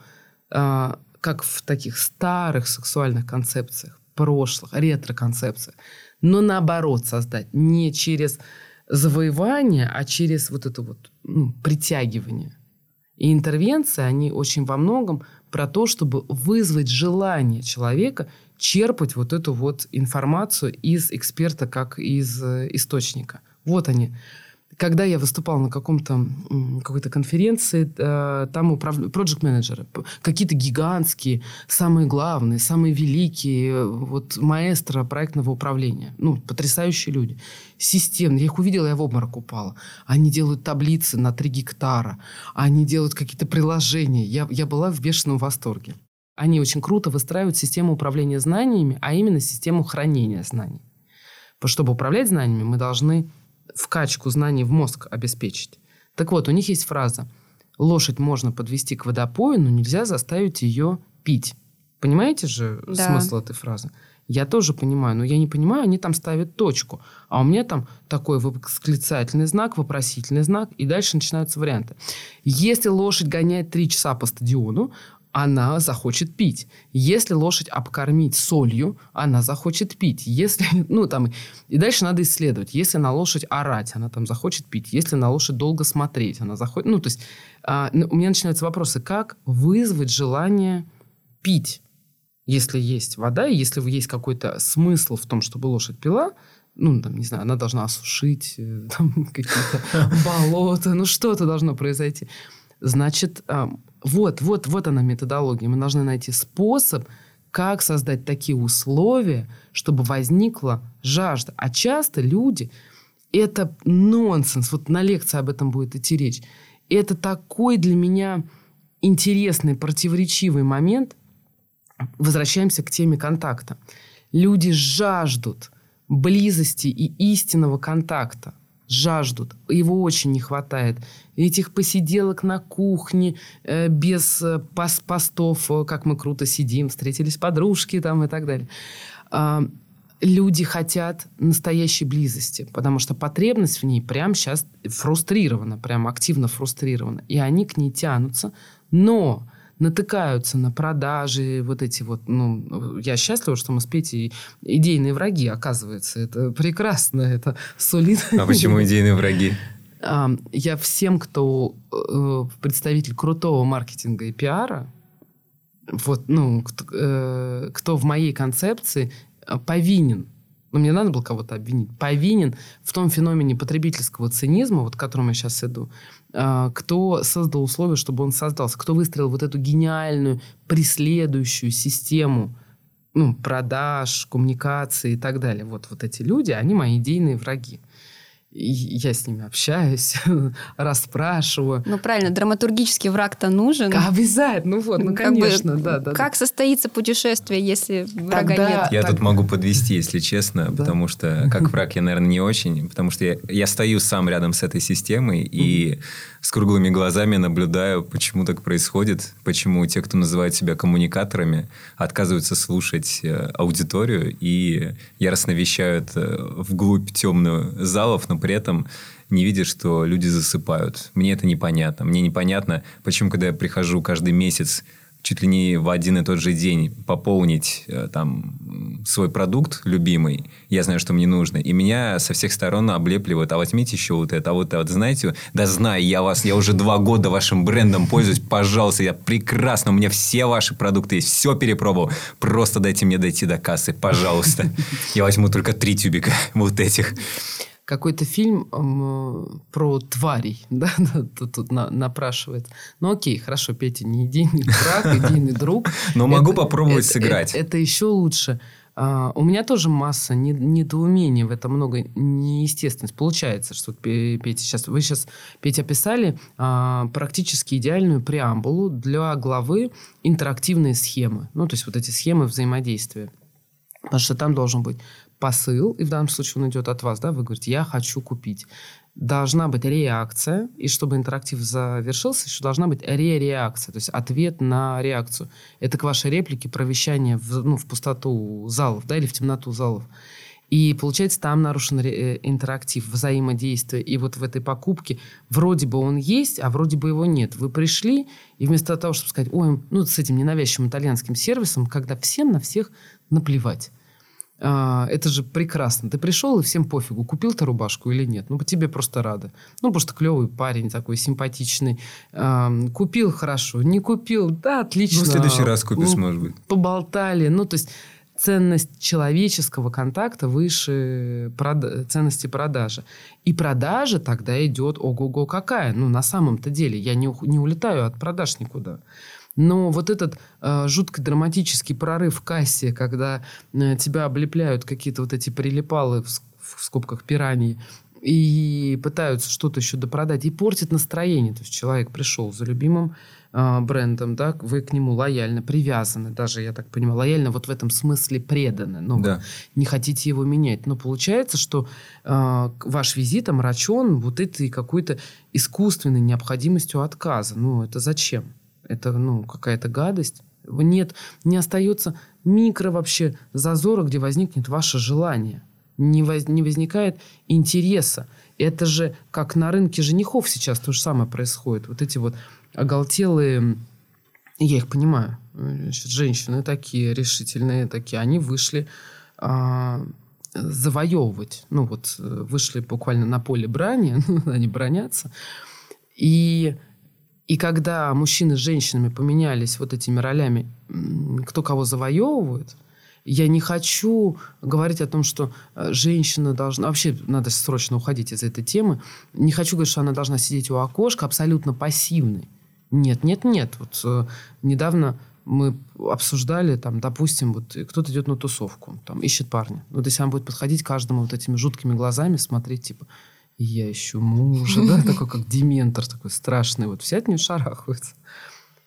как в таких старых сексуальных концепциях, прошлых, ретро-концепциях, но наоборот создать. Не через завоевание, а через притягивание. И интервенции, они очень во многом про то, чтобы вызвать желание человека черпать эту информацию из эксперта, как из источника. Вот они. Когда я выступал на какой-то конференции, там проект-менеджеры, какие-то гигантские, самые главные, самые великие, маэстро проектного управления. Потрясающие люди. Системные. Я их увидела, я в обморок упала. Они делают таблицы на 3 гектара. Они делают какие-то приложения. Я была в бешеном восторге. Они очень круто выстраивают систему управления знаниями, а именно систему хранения знаний. Чтобы управлять знаниями, мы должны вкачку знаний в мозг обеспечить. Так вот, у них есть фраза: лошадь можно подвести к водопою, но нельзя заставить ее пить. Понимаете же смысл этой фразы? Я тоже понимаю, но я не понимаю, они там ставят точку. А у меня там такой восклицательный знак, вопросительный знак, и дальше начинаются варианты. Если лошадь гоняет 3 часа по стадиону, она захочет пить. Если лошадь обкормить солью, она захочет пить. Если, и дальше надо исследовать. Если на лошадь орать, она там захочет пить. Если на лошадь долго смотреть, она захочет... у меня начинаются вопросы: как вызвать желание пить? Если есть вода, и если есть какой-то смысл в том, чтобы лошадь пила, она должна осушить какие-то болота, что-то должно произойти. Значит, вот она методология. Мы должны найти способ, как создать такие условия, чтобы возникла жажда. А часто люди... Это нонсенс. На лекции об этом будет идти речь. Это такой для меня интересный, противоречивый момент. возвращаемся к теме контакта. Люди жаждут близости и истинного контакта. Жаждут. Его очень не хватает. Этих посиделок на кухне, без постов, как мы круто сидим, встретились подружки там, и так далее. Люди хотят настоящей близости, потому что потребность в ней прямо сейчас фрустрирована, прям активно фрустрирована. И они к ней тянутся, но натыкаются на продажи, вот эти вот... Ну, я счастлива, что мы с Петей идейные враги, оказывается. Это прекрасно, это сулит... А почему идейные враги? Я всем, кто представитель крутого маркетинга и пиара, вот, ну, кто в моей концепции повинен, ну, мне надо было кого-то обвинить, повинен в том феномене потребительского цинизма, вот к которому я сейчас иду, кто создал условия, чтобы он создался, кто выстроил вот эту гениальную, преследующую систему, ну, продаж, коммуникации и так далее. Вот эти люди, они мои идейные враги. И я с ними общаюсь, расспрашиваю. Ну, правильно, драматургический враг-то нужен. Обязательно, конечно, да. Как состоится путешествие, если врага нет? Я тут могу подвести, если честно, потому что как враг я, наверное, не очень, потому что я стою сам рядом с этой системой и с круглыми глазами наблюдаю, почему так происходит, почему те, кто называют себя коммуникаторами, отказываются слушать аудиторию и яростно вещают вглубь темных залов, но при этом не видят, что люди засыпают. Мне это непонятно. Мне непонятно, почему, когда я прихожу каждый месяц чуть ли не в один и тот же день пополнить там свой продукт любимый, я знаю, что мне нужно, и меня со всех сторон облепливают, а возьмите еще вот это, а вот знаете, да знаю я вас, я уже 2 года вашим брендом пользуюсь, пожалуйста, я прекрасно, у меня все ваши продукты есть, все перепробовал, просто дайте мне дойти до кассы, пожалуйста. Я возьму только 3 тюбика вот этих. Какой-то фильм про тварей, да, тут напрашивает. Ну, окей, хорошо, Петя не идейный враг, идейный друг. Но могу попробовать сыграть. Это еще лучше. У меня тоже масса недоумений в этом, много неестественности. Получается, что вы сейчас, Петя, описали практически идеальную преамбулу для главы «Интерактивные схемы». Ну, то есть вот эти схемы взаимодействия. Потому что там должен быть посыл, и в данном случае он идет от вас, да, вы говорите, я хочу купить. Должна быть реакция, и чтобы интерактив завершился, еще должна быть реакция, то есть ответ на реакцию. Это к вашей реплике про вещание в пустоту залов, да, или в темноту залов. И получается, там нарушен интерактив, взаимодействие. И вот в этой покупке вроде бы он есть, а вроде бы его нет. Вы пришли, и вместо того, чтобы сказать, ой, ну, с этим ненавязчивым итальянским сервисом, когда всем на всех наплевать. Это же прекрасно. Ты пришел, и всем пофигу, купил ты рубашку или нет. Ну, по тебе просто рады. Ну, потому что клевый парень такой, симпатичный. Купил – хорошо. Не купил – да, отлично. Ну, в следующий раз купишь, может быть. Поболтали. Ну, то есть ценность человеческого контакта выше ценности продажи. И продажа тогда идет ого-го какая. Ну, на самом-то деле. Я не улетаю от продаж никуда. Но вот этот жутко драматический прорыв в кассе, когда тебя облепляют какие-то вот эти прилипалы, в скобках пираньи, и пытаются что-то еще допродать, и портит настроение. То есть человек пришел за любимым брендом, да, вы к нему лояльно привязаны, даже, я так понимаю, лояльно вот в этом смысле преданы, но да. Вы не хотите его менять. Но получается, что ваш визит омрачен вот этой какой-то искусственной необходимостью отказа. Ну, это зачем? Это, какая-то гадость. Нет, не остается микро вообще зазора, где возникнет ваше желание. Не возникает интереса. Это же, как на рынке женихов сейчас то же самое происходит. Вот эти вот оголтелые, я их понимаю, женщины такие решительные, такие, они вышли завоевывать. Вышли буквально на поле брани, они бранятся. И когда мужчины с женщинами поменялись вот этими ролями, кто кого завоевывает, я не хочу говорить о том, что женщина должна... Вообще, надо срочно уходить из этой темы. Не хочу говорить, что она должна сидеть у окошка абсолютно пассивной. Нет. Вот недавно мы обсуждали, там, допустим, вот кто-то идет на тусовку, там, ищет парня. Вот если он будет подходить к каждому вот этими жуткими глазами, смотреть, типа... Я ищу мужа, да, такой как дементор, такой страшный. Вот все от нее шарахаются.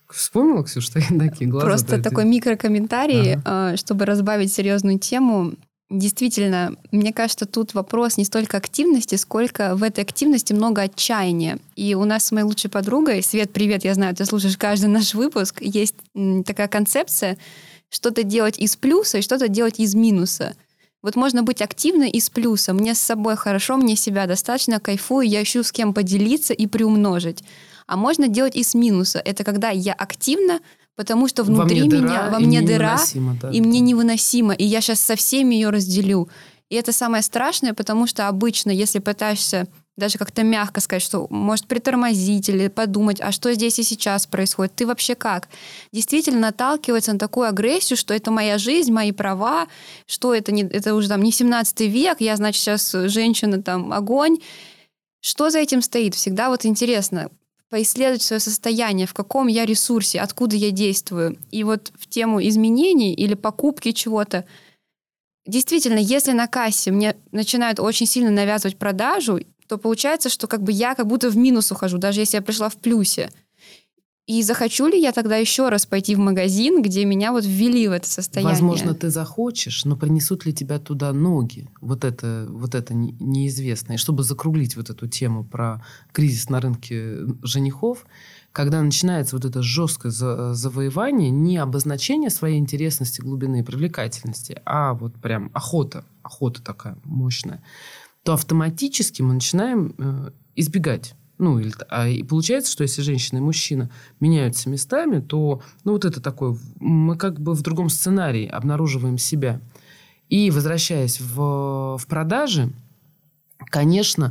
Вспомнила, Ксюша, такие глаза? Просто такой микрокомментарий, чтобы разбавить серьезную тему. Действительно, мне кажется, тут вопрос не столько активности, сколько в этой активности много отчаяния. И у нас с моей лучшей подругой, Свет, привет, я знаю, ты слушаешь каждый наш выпуск, есть такая концепция что-то делать из плюса и что-то делать из минуса. Вот можно быть активной из плюса. Мне с собой хорошо, мне себя достаточно, кайфую, я ищу с кем поделиться и приумножить. А можно делать из минуса. Это когда я активна, потому что внутри меня, во мне дыра, и мне невыносимо, и я сейчас со всеми ее разделю. И это самое страшное, потому что обычно, если пытаешься даже как-то мягко сказать, что может притормозить или подумать, а что здесь и сейчас происходит, ты вообще как? Действительно наталкивается на такую агрессию, что это моя жизнь, мои права, что это уже там не 17 век, я, значит, сейчас женщина, там, огонь. Что за этим стоит? Всегда вот интересно поисследовать свое состояние, в каком я ресурсе, откуда я действую. И вот в тему изменений или покупки чего-то, действительно, если на кассе мне начинают очень сильно навязывать продажу, то получается, что я как будто в минус ухожу, даже если я пришла в плюсе. И захочу ли я тогда еще раз пойти в магазин, где меня вот ввели в это состояние? Возможно, ты захочешь, но принесут ли тебя туда ноги? Вот это неизвестно. И чтобы закруглить вот эту тему про кризис на рынке женихов, когда начинается вот это жесткое завоевание, не обозначение своей интересности, глубины и привлекательности, а вот прям охота такая мощная, то автоматически мы начинаем избегать. И получается, что если женщина и мужчина меняются местами, то вот это такое, мы как бы в другом сценарии обнаруживаем себя. И возвращаясь в продажи, конечно,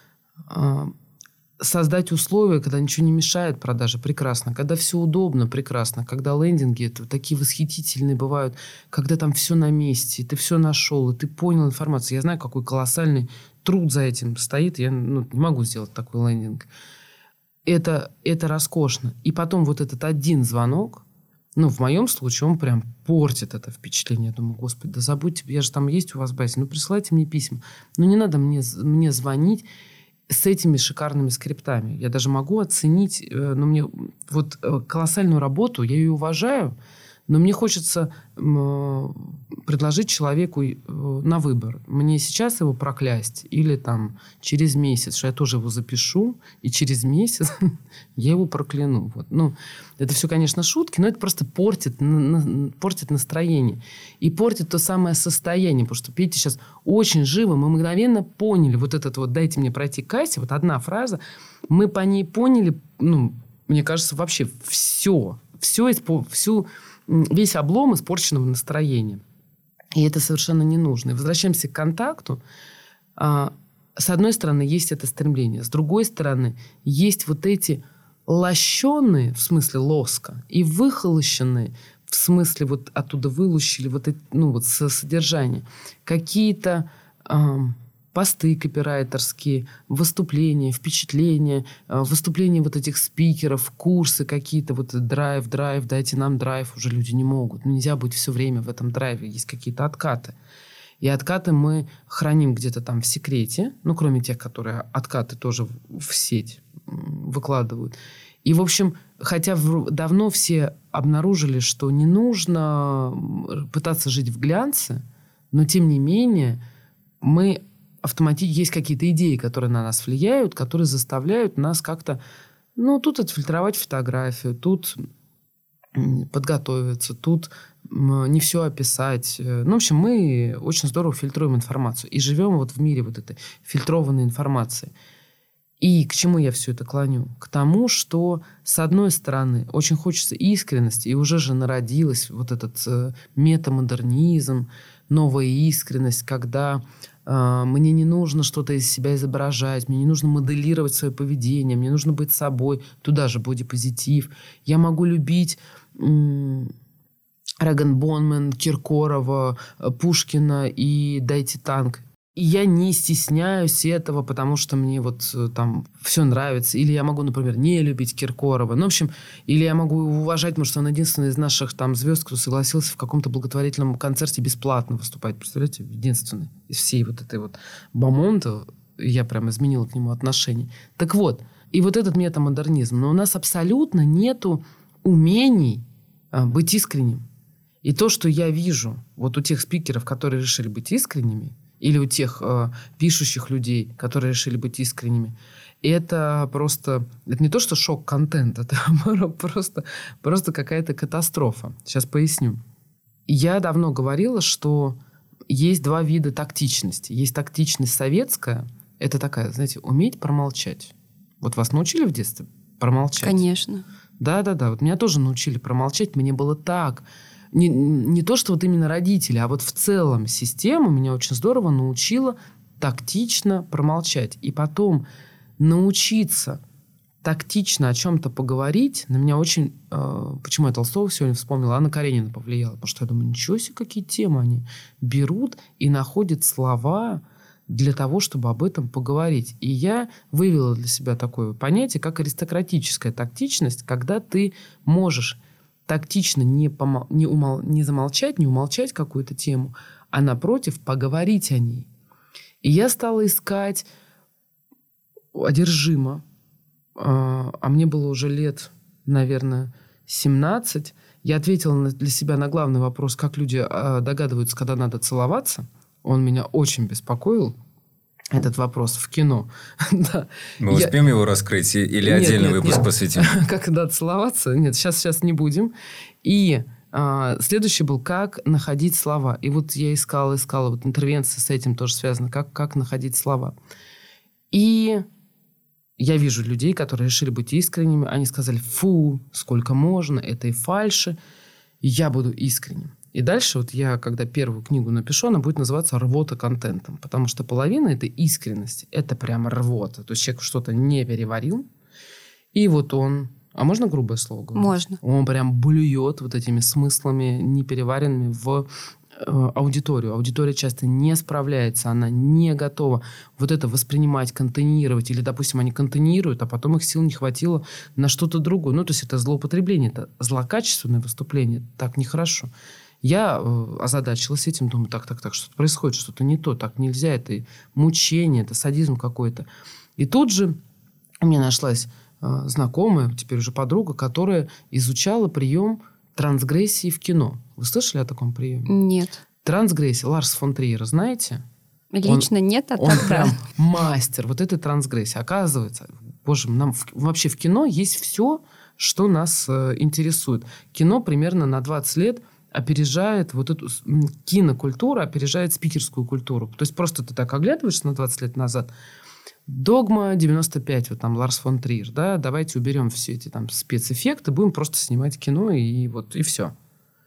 создать условия, когда ничего не мешает продаже, прекрасно. Когда все удобно, прекрасно. Когда лендинги такие восхитительные бывают, когда там все на месте, и ты все нашел, и ты понял информацию. Я знаю, какой колоссальный труд за этим стоит. Я не могу сделать такой лендинг. Это роскошно. И потом вот этот один звонок, в моем случае он прям портит это впечатление. Я думаю, господи, да забудьте, я же там есть у вас в базе, присылайте мне письма. Не надо мне звонить с этими шикарными скриптами. Я даже могу оценить, мне вот колоссальную работу, я ее уважаю, но мне хочется предложить человеку на выбор. Мне сейчас его проклясть или там через месяц, что я тоже его запишу, и через месяц я его прокляну. Вот. Это все, конечно, шутки, но это просто портит настроение. И портит то самое состояние. Потому что, видите, сейчас очень живо мы мгновенно поняли вот этот вот «дайте мне пройти к кассе», вот одна фраза, мы по ней поняли, мне кажется, вообще весь облом испорченного настроения. И это совершенно не нужно. И возвращаемся к контакту. С одной стороны, есть это стремление. С другой стороны, есть вот эти лощеные, в смысле лоска, и выхолощенные, в смысле вот оттуда вылущили вот эти, содержание. Какие-то посты копирайтерские, выступления, впечатления, выступления вот этих спикеров, курсы какие-то, драйв, дайте нам драйв, уже люди не могут. Нельзя быть все время в этом драйве, есть какие-то откаты. И откаты мы храним где-то там в секрете, кроме тех, которые откаты тоже в сеть выкладывают. И, в общем, хотя давно все обнаружили, что не нужно пытаться жить в глянце, но, тем не менее, автоматически есть какие-то идеи, которые на нас влияют, которые заставляют нас как-то, тут отфильтровать фотографию, тут подготовиться, тут не все описать. В общем, мы очень здорово фильтруем информацию и живем в мире этой фильтрованной информации. И к чему я все это клоню? К тому, что, с одной стороны, очень хочется искренности, и уже же народилась этот метамодернизм, новая искренность, когда мне не нужно что-то из себя изображать, мне не нужно моделировать свое поведение, мне нужно быть собой, туда же бодипозитив. Я могу любить Раган-Бонмен, Киркорова, Пушкина и «Дайте танк». И я не стесняюсь этого, потому что мне там все нравится. Или я могу, например, не любить Киркорова. В общем, или я могу его уважать, потому что он единственный из наших там звезд, кто согласился в каком-то благотворительном концерте бесплатно выступать. Представляете? Единственный из всей этой бомонды. Я прям изменила к нему отношение. Так вот, и этот метамодернизм. Но у нас абсолютно нету умений быть искренним. И то, что я вижу вот у тех спикеров, которые решили быть искренними, или у тех пишущих людей, которые решили быть искренними, это просто... Это не то, что шок-контент, это просто какая-то катастрофа. Сейчас поясню. Я давно говорила, что есть два вида тактичности. Есть тактичность советская. Это такая, знаете, уметь промолчать. Вот вас научили в детстве промолчать? Конечно. Да. Вот меня тоже научили промолчать. Мне было так... Не то, что вот именно родители, а вот в целом система меня очень здорово научила тактично промолчать. И потом научиться тактично о чем-то поговорить на меня очень... Почему я Толстого сегодня вспомнила? Анна Каренина повлияла. Потому что я думаю, ничего себе, какие темы они берут и находят слова для того, чтобы об этом поговорить. И я вывела для себя такое понятие, как аристократическая тактичность, когда ты можешь тактично не замолчать, не умолчать какую-то тему, а напротив поговорить о ней. И я стала искать одержимо, а мне было уже лет, наверное, 17. Я ответила для себя на главный вопрос, как люди догадываются, когда надо целоваться. Он меня очень беспокоил. Этот вопрос в кино. Да. Мы успеем его раскрыть или отдельный выпуск посвятим? Как надо целоваться? Нет, сейчас не будем. И следующий был, как находить слова. И вот я искала. Вот интервенция с этим тоже связана. Как находить слова. И я вижу людей, которые решили быть искренними. Они сказали, фу, сколько можно, это и фальши. Я буду искренним. И дальше вот я, когда первую книгу напишу, она будет называться «Рвота контентом». Потому что половина этой искренности – это прямо рвота. То есть человек что-то не переварил, и вот он... А можно грубое слово говорить? Можно. Он прям блюет вот этими смыслами непереваренными в аудиторию. Аудитория часто не справляется, она не готова вот это воспринимать, контейнировать. Или, допустим, они контейнируют, а потом их сил не хватило на что-то другое. Ну, то есть это злоупотребление, это злокачественное выступление. Так нехорошо. Я озадачилась этим, думаю, так, что-то происходит, что-то не то, так нельзя, это мучение, это садизм какой-то. И тут же у меня нашлась знакомая, теперь уже подруга, которая изучала прием трансгрессии в кино. Вы слышали о таком приеме? Нет. Трансгрессия. Ларс фон Триер, знаете? Лично нет, а он так прям да. мастер вот этой трансгрессии. Оказывается, боже, нам вообще в кино есть все, что нас интересует. Кино примерно на 20 лет опережает вот эту кинокультуру, опережает спикерскую культуру. То есть просто ты так оглядываешься на 20 лет назад. «Догма 95», вот там Ларс фон Триер, да, давайте уберем все эти там спецэффекты, будем просто снимать кино, и все.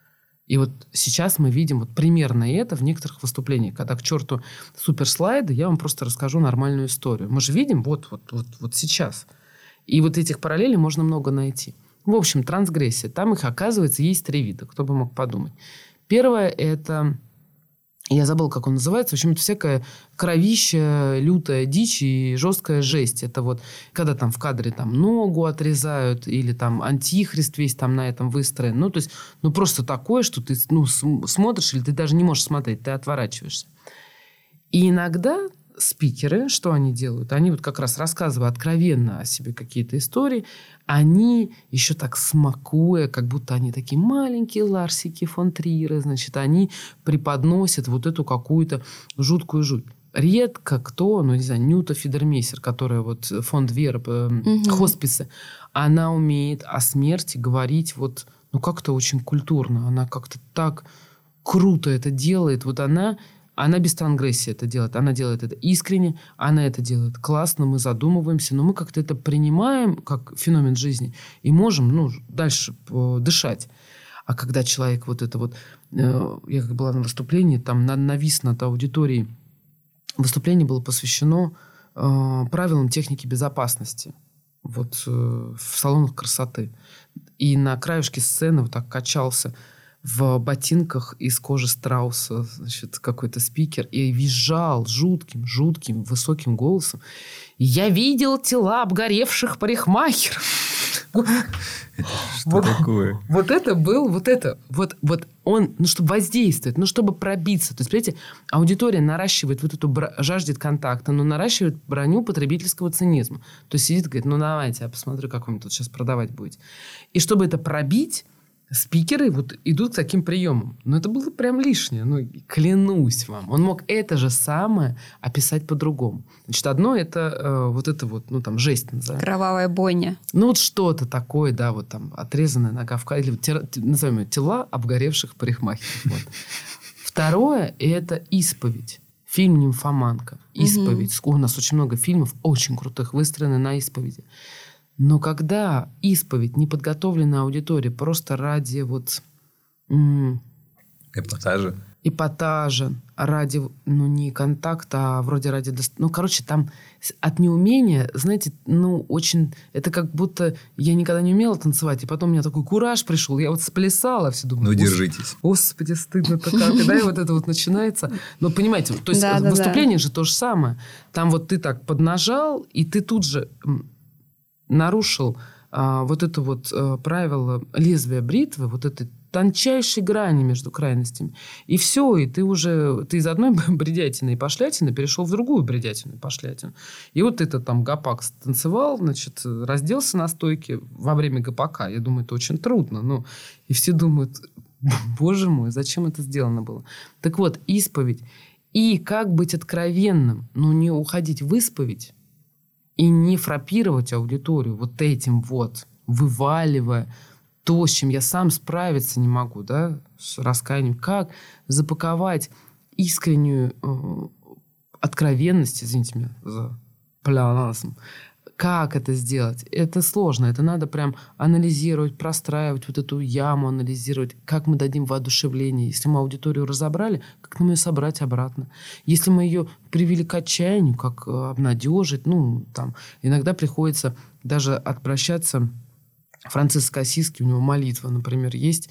И вот сейчас мы видим вот примерно это в некоторых выступлениях. Когда к черту суперслайды, я вам просто расскажу нормальную историю. Мы же видим вот сейчас. И вот этих параллелей можно много найти. В общем, трансгрессия. Там их, оказывается, есть 3 вида. Кто бы мог подумать. Первое – это... Я забыл, как он называется. В общем, это всякая кровища, лютая дичь и жесткая жесть. Это вот, когда там в кадре там ногу отрезают, или там антихрист весь там на этом выстроен. Ну, то есть, просто такое, что ты смотришь, или ты даже не можешь смотреть, ты отворачиваешься. И иногда спикеры, что они делают? Они вот как раз, рассказывая откровенно о себе какие-то истории, они еще так смакуя, как будто они такие маленькие Ларсики фон Триеры, значит, они преподносят вот эту какую-то жуткую жуть. Редко кто, не знаю, Нюта Фидермейсер, которая вот фонд Вера, хосписы, она умеет о смерти говорить вот, как-то очень культурно. Она как-то так круто это делает. Вот она без трансгрессии это делает. Она делает это искренне, она это делает классно, мы задумываемся, но мы как-то это принимаем как феномен жизни и можем дальше дышать. А когда человек вот это вот... Я как была на выступлении, там навис над аудиторией. Выступление было посвящено правилам техники безопасности вот в салонах красоты. И на краешке сцены вот так качался в ботинках из кожи страуса, значит, какой-то спикер, и визжал жутким, высоким голосом. «Я видел тела обгоревших парикмахеров». Что такое? Вот это был, вот он, чтобы воздействовать, чтобы пробиться. То есть, понимаете, аудитория наращивает вот эту, жаждет контакта, но наращивает броню потребительского цинизма. То есть сидит и говорит, давайте, я посмотрю, как вы мне тут сейчас продавать будете. И чтобы это пробить, спикеры вот идут к таким приемам. Но это было прям лишнее. Клянусь вам. Он мог это же самое описать по-другому. Значит, одно это жесть назовем. Кровавая бойня. Что-то такое, да, вот там отрезанная нога в или назовем ее тела обгоревших парикмахеров. Вот. Второе это исповедь. Фильм «Нимфоманка». Исповедь. У нас очень много фильмов очень крутых, выстроены на исповеди. Но когда исповедь, неподготовленная аудитория, просто ради эпатажа, ради, не контакта, а вроде ради... там от неумения, знаете, очень... Это как будто я никогда не умела танцевать, и потом у меня такой кураж пришел, я сплясала, все думаю... держитесь. Господи, стыдно-то как. И вот это начинается. Но понимаете, то есть выступление же то же самое. Там ты так поднажал, и ты тут же... нарушил правило лезвия бритвы, этой тончайшей грани между крайностями. И все, и ты из одной бредятины и пошлятины перешел в другую бредятину и пошлятину. И этот гопак танцевал, разделся на стойке во время гопака. Я думаю, это очень трудно. И все думают, боже мой, зачем это сделано было? Так вот, исповедь. И как быть откровенным, не уходить в исповедь, и не фрапировать аудиторию этим вываливая то, с чем я сам справиться не могу, да, с раскаянием. Как запаковать искреннюю откровенность, извините меня за плеоназм, как это сделать? Это сложно. Это надо прям анализировать, простраивать эту яму, анализировать, как мы дадим воодушевление. Если мы аудиторию разобрали, как нам ее собрать обратно? Если мы ее привели к отчаянию, как обнадежить? Иногда приходится даже обращаться. Франциск Ассизский, у него молитва, например, есть...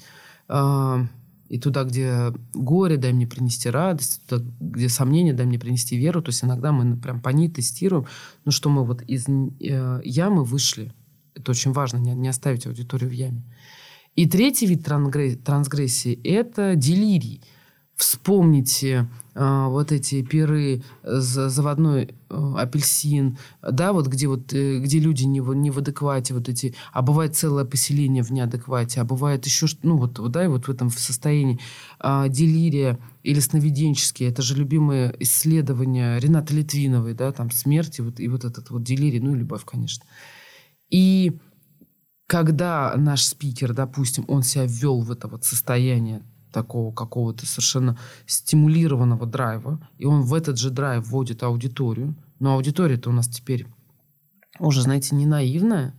И туда, где горе, дай мне принести радость, туда, где сомнения, дай мне принести веру. То есть иногда мы прям по ней тестируем, что мы из ямы вышли. Это очень важно, не оставить аудиторию в яме. И третий вид трансгрессии – это делирий. Вспомните эти пиры, заводной апельсин, да, где люди не в адеквате, а бывает целое поселение в неадеквате, а бывает еще в этом состоянии делирия или сновиденческие. Это же любимые исследования Ренаты Литвиновой, да, там смерть и этот делирий, и любовь, конечно. И когда наш спикер, допустим, он себя ввел в это состояние такого какого-то совершенно стимулированного драйва, и он в этот же драйв вводит аудиторию, но аудитория-то у нас теперь уже, знаете, не наивная.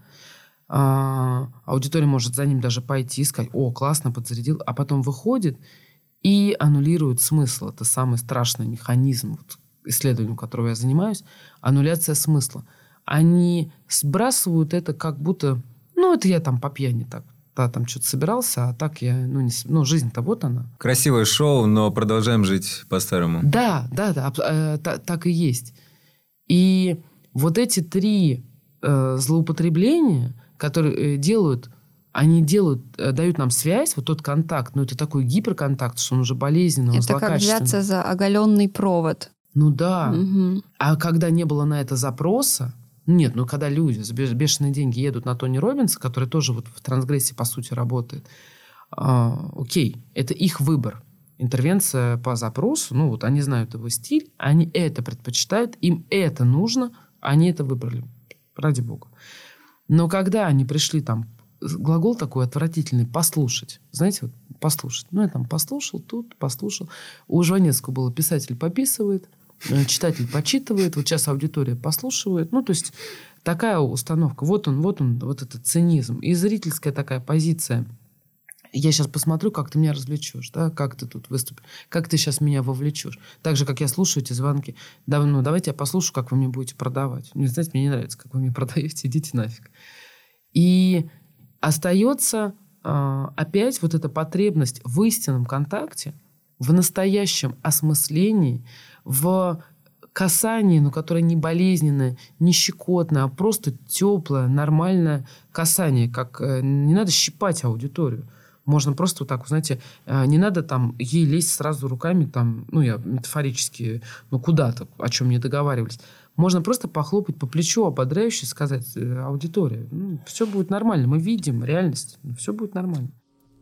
Аудитория может за ним даже пойти и сказать, классно, подзарядил, а потом выходит и аннулирует смысл. Это самый страшный механизм, исследованием которого я занимаюсь, аннуляция смысла. Они сбрасывают это как будто, это я там по пьяни так, там что-то собирался, а так я, жизнь-то она. Красивое шоу, но продолжаем жить по-старому. Да, так и есть. И эти три злоупотребления, которые дают нам связь, тот контакт, это такой гиперконтакт, что он уже болезненный, он злокачественный. Это как взяться за оголенный провод. Да. Угу. А когда не было на это запроса, нет, когда люди за бешеные деньги едут на Тони Роббинса, который тоже в трансгрессии, по сути, работает, окей, это их выбор. Интервенция по запросу, они знают его стиль, они это предпочитают, им это нужно, они это выбрали. Ради бога. Но когда они пришли глагол такой отвратительный «послушать». Знаете, послушать. Я послушал, тут послушал. У Жванецкого было «писатель пописывает», читатель почитывает, сейчас аудитория послушивает. То есть такая установка. Вот этот цинизм. И зрительская такая позиция. Я сейчас посмотрю, как ты меня развлечешь, да? Как ты тут выступишь, как ты сейчас меня вовлечешь. Так же, как я слушаю эти звонки. Давайте я послушаю, как вы мне будете продавать. Знаете, мне не нравится, как вы мне продаете, идите нафиг. И остается опять эта потребность в истинном контакте, в настоящем осмыслении, в касание, но которое не болезненное, не щекотное, а просто теплое, нормальное касание. Как не надо щипать аудиторию. Можно просто вот так, знаете, не надо там ей лезть сразу руками, там, я метафорически, куда-то, о чем не договаривались. Можно просто похлопать по плечу, ободряюще сказать: аудитория, все будет нормально, мы видим реальность, все будет нормально.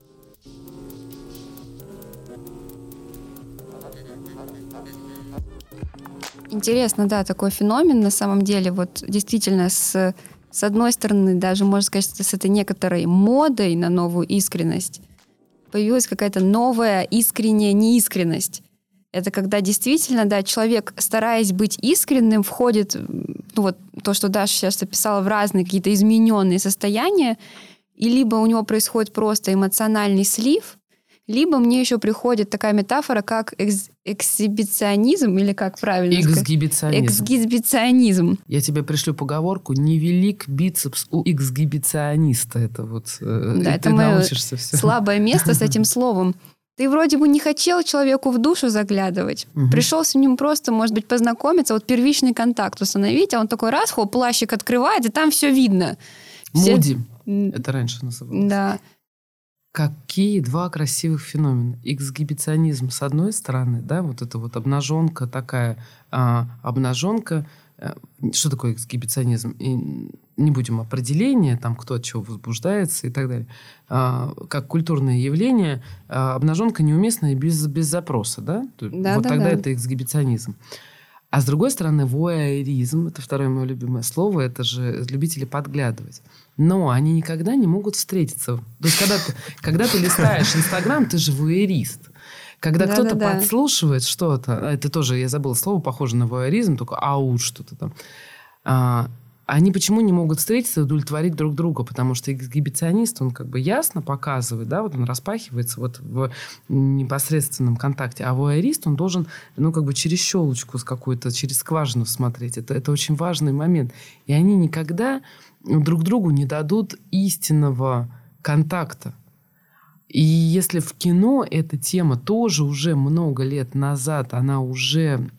Интересно, да, такой феномен на самом деле. Вот действительно, с одной стороны, даже можно сказать, что с этой некоторой модой на новую искренность появилась какая-то новая искренняя неискренность. Это когда действительно, да, человек, стараясь быть искренним, входит, то, что Даша сейчас описала, в разные какие-то измененные состояния, и либо у него происходит просто эмоциональный слив, либо мне еще приходит такая метафора, как эксгибиционизм, или как правильно сказать? Эксгибиционизм. Я тебе пришлю поговорку: невелик бицепс у эксгибициониста. Это это мое слабое место с этим словом. Ты вроде бы не хотел человеку в душу заглядывать. Пришел с ним просто, может быть, познакомиться, первичный контакт установить, а он такой раз, плащик открывает, и там все видно. Муди. Это раньше называлось. Да. Какие два красивых феномена. Эксгибиционизм с одной стороны, да, это обнаженка такая. Обнаженка. Что такое эксгибиционизм? И не будем определения, там кто от чего возбуждается и так далее. Как культурное явление, обнаженка неуместная без запроса, да? Тогда это эксгибиционизм. А с другой стороны, вуайеризм, это второе мое любимое слово, это же любители подглядывать. Но они никогда не могут встретиться. То есть, когда ты листаешь Инстаграм, ты же вуайерист. Когда кто-то подслушивает что-то, это тоже, я забыла слово, похоже на вуайеризм, только что-то там. Они почему не могут встретиться и удовлетворить друг друга? Потому что эксгибиционист, он ясно показывает, да, он распахивается в непосредственном контакте. А вуайерист, он должен, через щелочку какую-то, через скважину смотреть. Это очень важный момент. И они никогда друг другу не дадут истинного контакта. И если в кино эта тема тоже уже много лет назад, она уже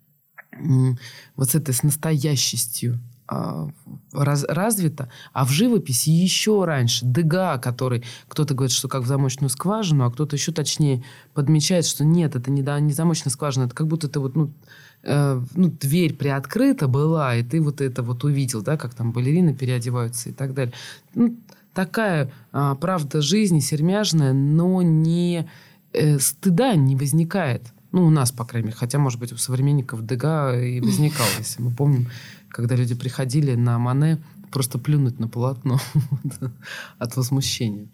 с этой с настоящестью развита, а в живописи еще раньше. Дега, который кто-то говорит, что как в замочную скважину, а кто-то еще точнее подмечает, что нет, это не замочная скважина, это как будто дверь приоткрыта была, и ты это увидел, да, как там балерины переодеваются и так далее. Такая правда жизни сермяжная, но не стыда не возникает. У нас, по крайней мере. Хотя, может быть, у современников Дега и возникал, если мы помним, когда люди приходили на Мане просто плюнуть на полотно от возмущения.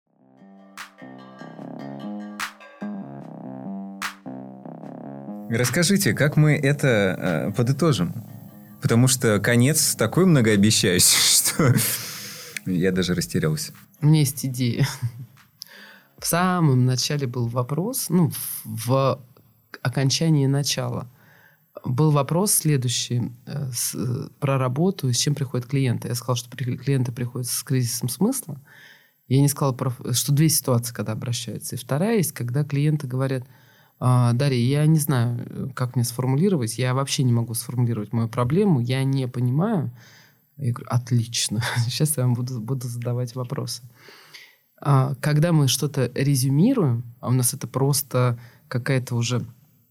Расскажите, как мы это подытожим? Потому что конец такой многообещающий, что я даже растерялся. У меня есть идея. В самом начале был вопрос, в окончании начала. Был вопрос следующий про работу, с чем приходят клиенты. Я сказала, что клиенты приходят с кризисом смысла. Я не сказала, что две ситуации, когда обращаются. И вторая есть, когда клиенты говорят: Дарья, я не знаю, как мне сформулировать. Я вообще не могу сформулировать мою проблему. Я не понимаю. Я говорю: отлично. Сейчас я вам буду задавать вопросы. Когда мы что-то резюмируем, а у нас это просто какая-то уже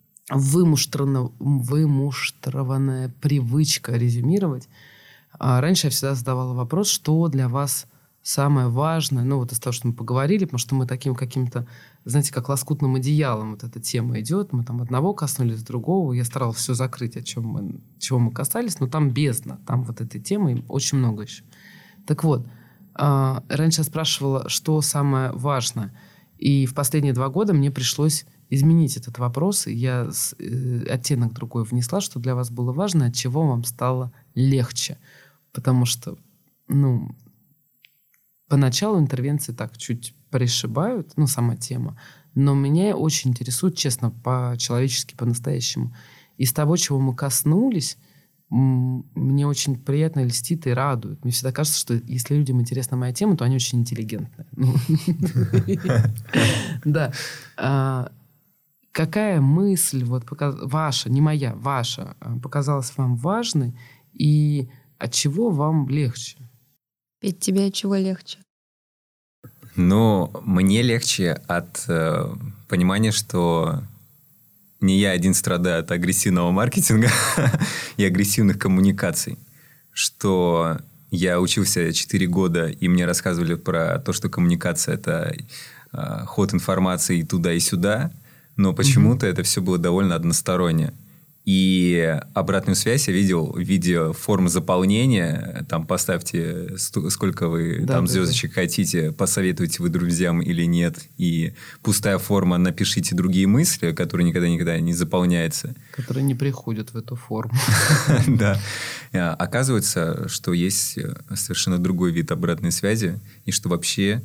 вымуштрованная привычка резюмировать. Раньше я всегда задавала вопрос, что для вас самое важное, из того, что мы поговорили, потому что мы таким каким-то, знаете, как лоскутным одеялом эта тема идет. Мы там одного коснулись, другого. Я старалась все закрыть, чего мы касались, но там бездна. Там этой темы очень много еще. Так вот, раньше я спрашивала, что самое важное. И в последние 2 года мне пришлось изменить этот вопрос. И я оттенок другой внесла, что для вас было важно, от чего вам стало легче. Потому что, поначалу интервенции так чуть пришибают, сама тема. Но меня очень интересует, честно, по-человечески, по-настоящему. Из того, чего мы коснулись, мне очень приятно, льстит и радует. Мне всегда кажется, что если людям интересна моя тема, то они очень интеллигентные. Да. какая мысль ваша, не моя, ваша, показалась вам важной, и от чего вам легче? Петь, тебе от чего легче? Ну, мне легче от понимания, что не я один страдаю от агрессивного маркетинга и агрессивных коммуникаций. Что я учился 4 года, и мне рассказывали про то, что коммуникация – это ход информации туда и сюда, но почему-то это все было довольно односторонне. И обратную связь я видел в виде формы заполнения. Там поставьте, сколько вы звездочек хотите, посоветуйте вы друзьям или нет. И пустая форма, напишите другие мысли, которые никогда не заполняются. Которые не приходят в эту форму. Да. Оказывается, что есть совершенно другой вид обратной связи, и что вообще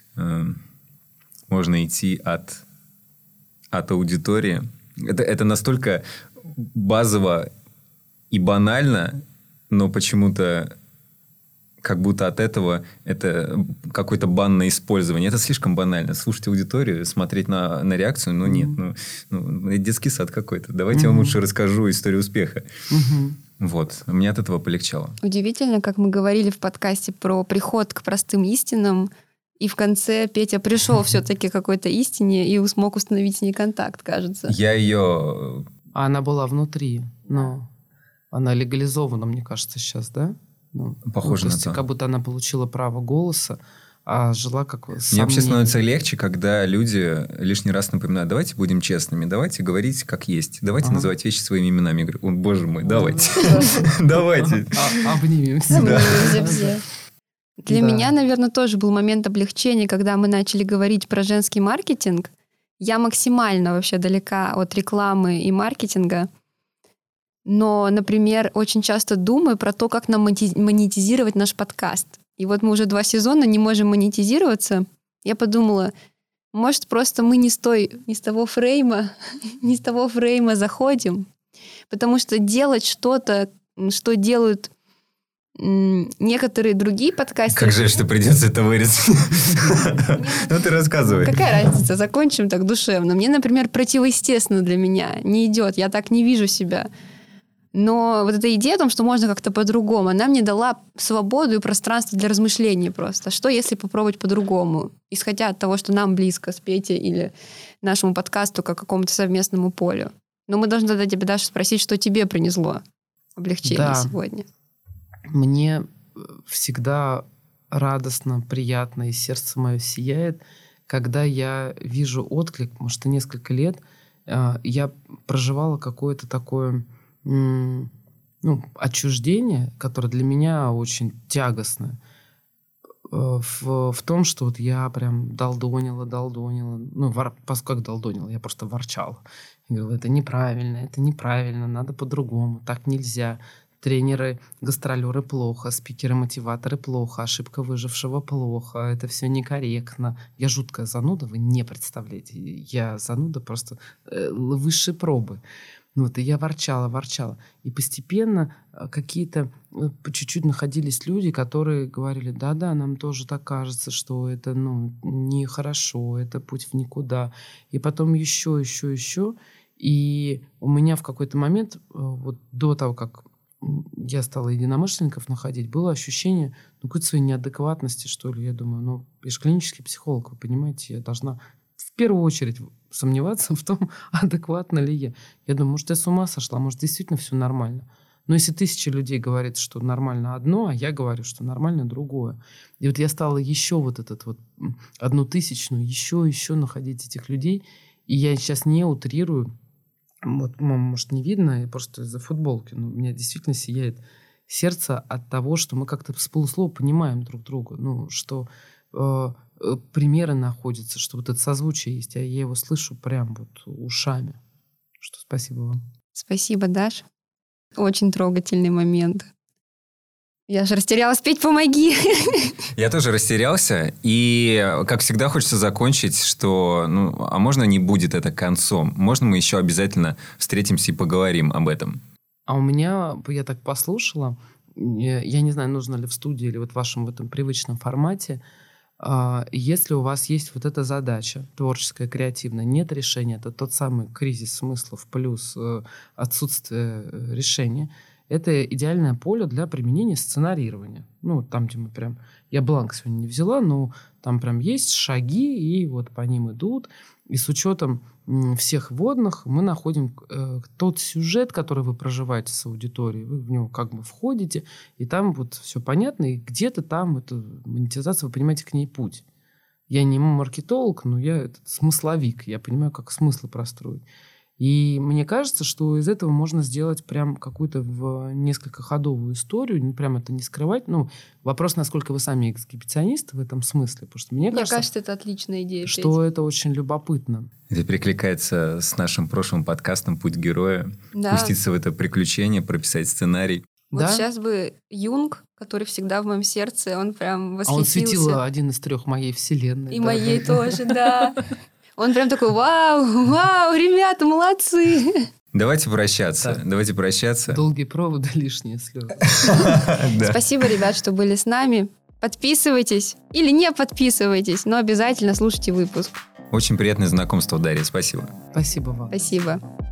можно идти от аудитории. Это настолько базово и банально, но почему-то как будто от этого это какое-то банное использование. Это слишком банально. Слушать аудиторию, смотреть на реакцию, но нет. Это детский сад какой-то. Давайте я вам лучше расскажу историю успеха. Вот. Мне от этого полегчало. Удивительно, как мы говорили в подкасте про приход к простым истинам, и в конце Петя пришел все-таки к какой-то истине и смог установить с ней контакт, кажется. Я ее... А она была внутри, но она легализована, мне кажется, сейчас, да? Похоже на то. Как будто она получила право голоса, а жила как... Мне вообще становится легче, когда люди лишний раз напоминают: давайте будем честными, давайте говорить как есть, давайте называть вещи своими именами. Я говорю: о, боже мой, давайте. Давайте. Обнимемся. Для меня, наверное, тоже был момент облегчения, когда мы начали говорить про женский маркетинг. Я максимально вообще далека от рекламы и маркетинга. Но, например, очень часто думаю про то, как нам монетизировать наш подкаст. И вот мы уже 2 сезона не можем монетизироваться. Я подумала, может, просто мы не с того фрейма заходим. Потому что делать что-то, что делают некоторые другие подкастеры... Как жаль, что придется это вырезать. Ну, ты рассказывай. Какая разница? Закончим так душевно. Мне, например, противоестественно для меня не идет. Я так не вижу себя. Но вот эта идея о том, что можно как-то по-другому, она мне дала свободу и пространство для размышлений просто. Что, если попробовать по-другому? Исходя от того, что нам близко с Петей или нашему подкасту как какому-то совместному полю. Но мы должны тогда тебя, Даша, спросить, что тебе принесло облегчение сегодня. Мне всегда радостно, приятно, и сердце мое сияет, когда я вижу отклик, потому что несколько лет я проживала какое-то такое отчуждение, которое для меня очень тягостное, в том, что вот я прям долдонила. Как долдонила? Я просто ворчала. Я говорила: это неправильно, надо по-другому, так нельзя. Тренеры, гастролеры плохо, спикеры, мотиваторы плохо, ошибка выжившего плохо, это все некорректно. Я жуткая зануда, вы не представляете. Я зануда просто высшей пробы. И я ворчала. И постепенно какие-то по чуть-чуть находились люди, которые говорили: да, нам тоже так кажется, что это нехорошо, это путь в никуда. И потом еще. И у меня в какой-то момент, вот до того, как я стала единомышленников находить, было ощущение какой-то своей неадекватности, что ли. Я думаю, я же клинический психолог, вы понимаете, я должна в первую очередь сомневаться в том, адекватно ли я. Я думаю, может, я с ума сошла, может, действительно все нормально. Но если 1000 людей говорит, что нормально одно, а я говорю, что нормально другое. И вот я стала еще 1000 еще находить этих людей. И я сейчас не утрирую. Вот, может, не видно, просто из-за футболки, но у меня действительно сияет сердце от того, что мы как-то с полуслова понимаем друг друга, что примеры находятся, что вот это созвучие есть, а я его слышу прям вот ушами. Что спасибо вам. Спасибо, Даш. Очень трогательный момент. Я же растерялась. Петь, помоги! Я тоже растерялся. И, как всегда, хочется закончить, что... а можно не будет это концом? Можно мы еще обязательно встретимся и поговорим об этом? А у меня, я так послушала, я не знаю, нужно ли в студии или вот в вашем в этом привычном формате, Если у вас есть вот эта задача творческая, креативная, нет решения, это тот самый кризис смыслов плюс отсутствие решения, это идеальное поле для применения сценарирования. Ну, там, где мы прям... Я бланк сегодня не взяла, но там прям есть шаги, и вот по ним идут. И с учетом всех вводных мы находим тот сюжет, который вы проживаете с аудиторией. Вы в него как бы входите, и там вот все понятно, и где-то там эта монетизация, вы понимаете, к ней путь. Я не маркетолог, но я смысловик. Я понимаю, как смыслы простроить. И мне кажется, что из этого можно сделать прям какую-то в несколько ходовую историю, прям это не скрывать. Ну, вопрос, насколько вы сами эксгибиционисты в этом смысле. Потому что мне кажется, это отличная идея. Что это очень любопытно. Это перекликается с нашим прошлым подкастом «Путь героя». Да. Пуститься в это приключение, прописать сценарий. Вот да? Сейчас бы Юнг, который всегда в моем сердце, он прям восхитился. Он светил один из 3 моей вселенной. И моей тоже, да. Он прям такой: вау, ребята, молодцы. Давайте прощаться. Долгие проводы, лишние слезы. Спасибо, ребят, что были с нами. Подписывайтесь или не подписывайтесь, но обязательно слушайте выпуск. Очень приятное знакомство, Дарья. Спасибо. Спасибо вам. Спасибо.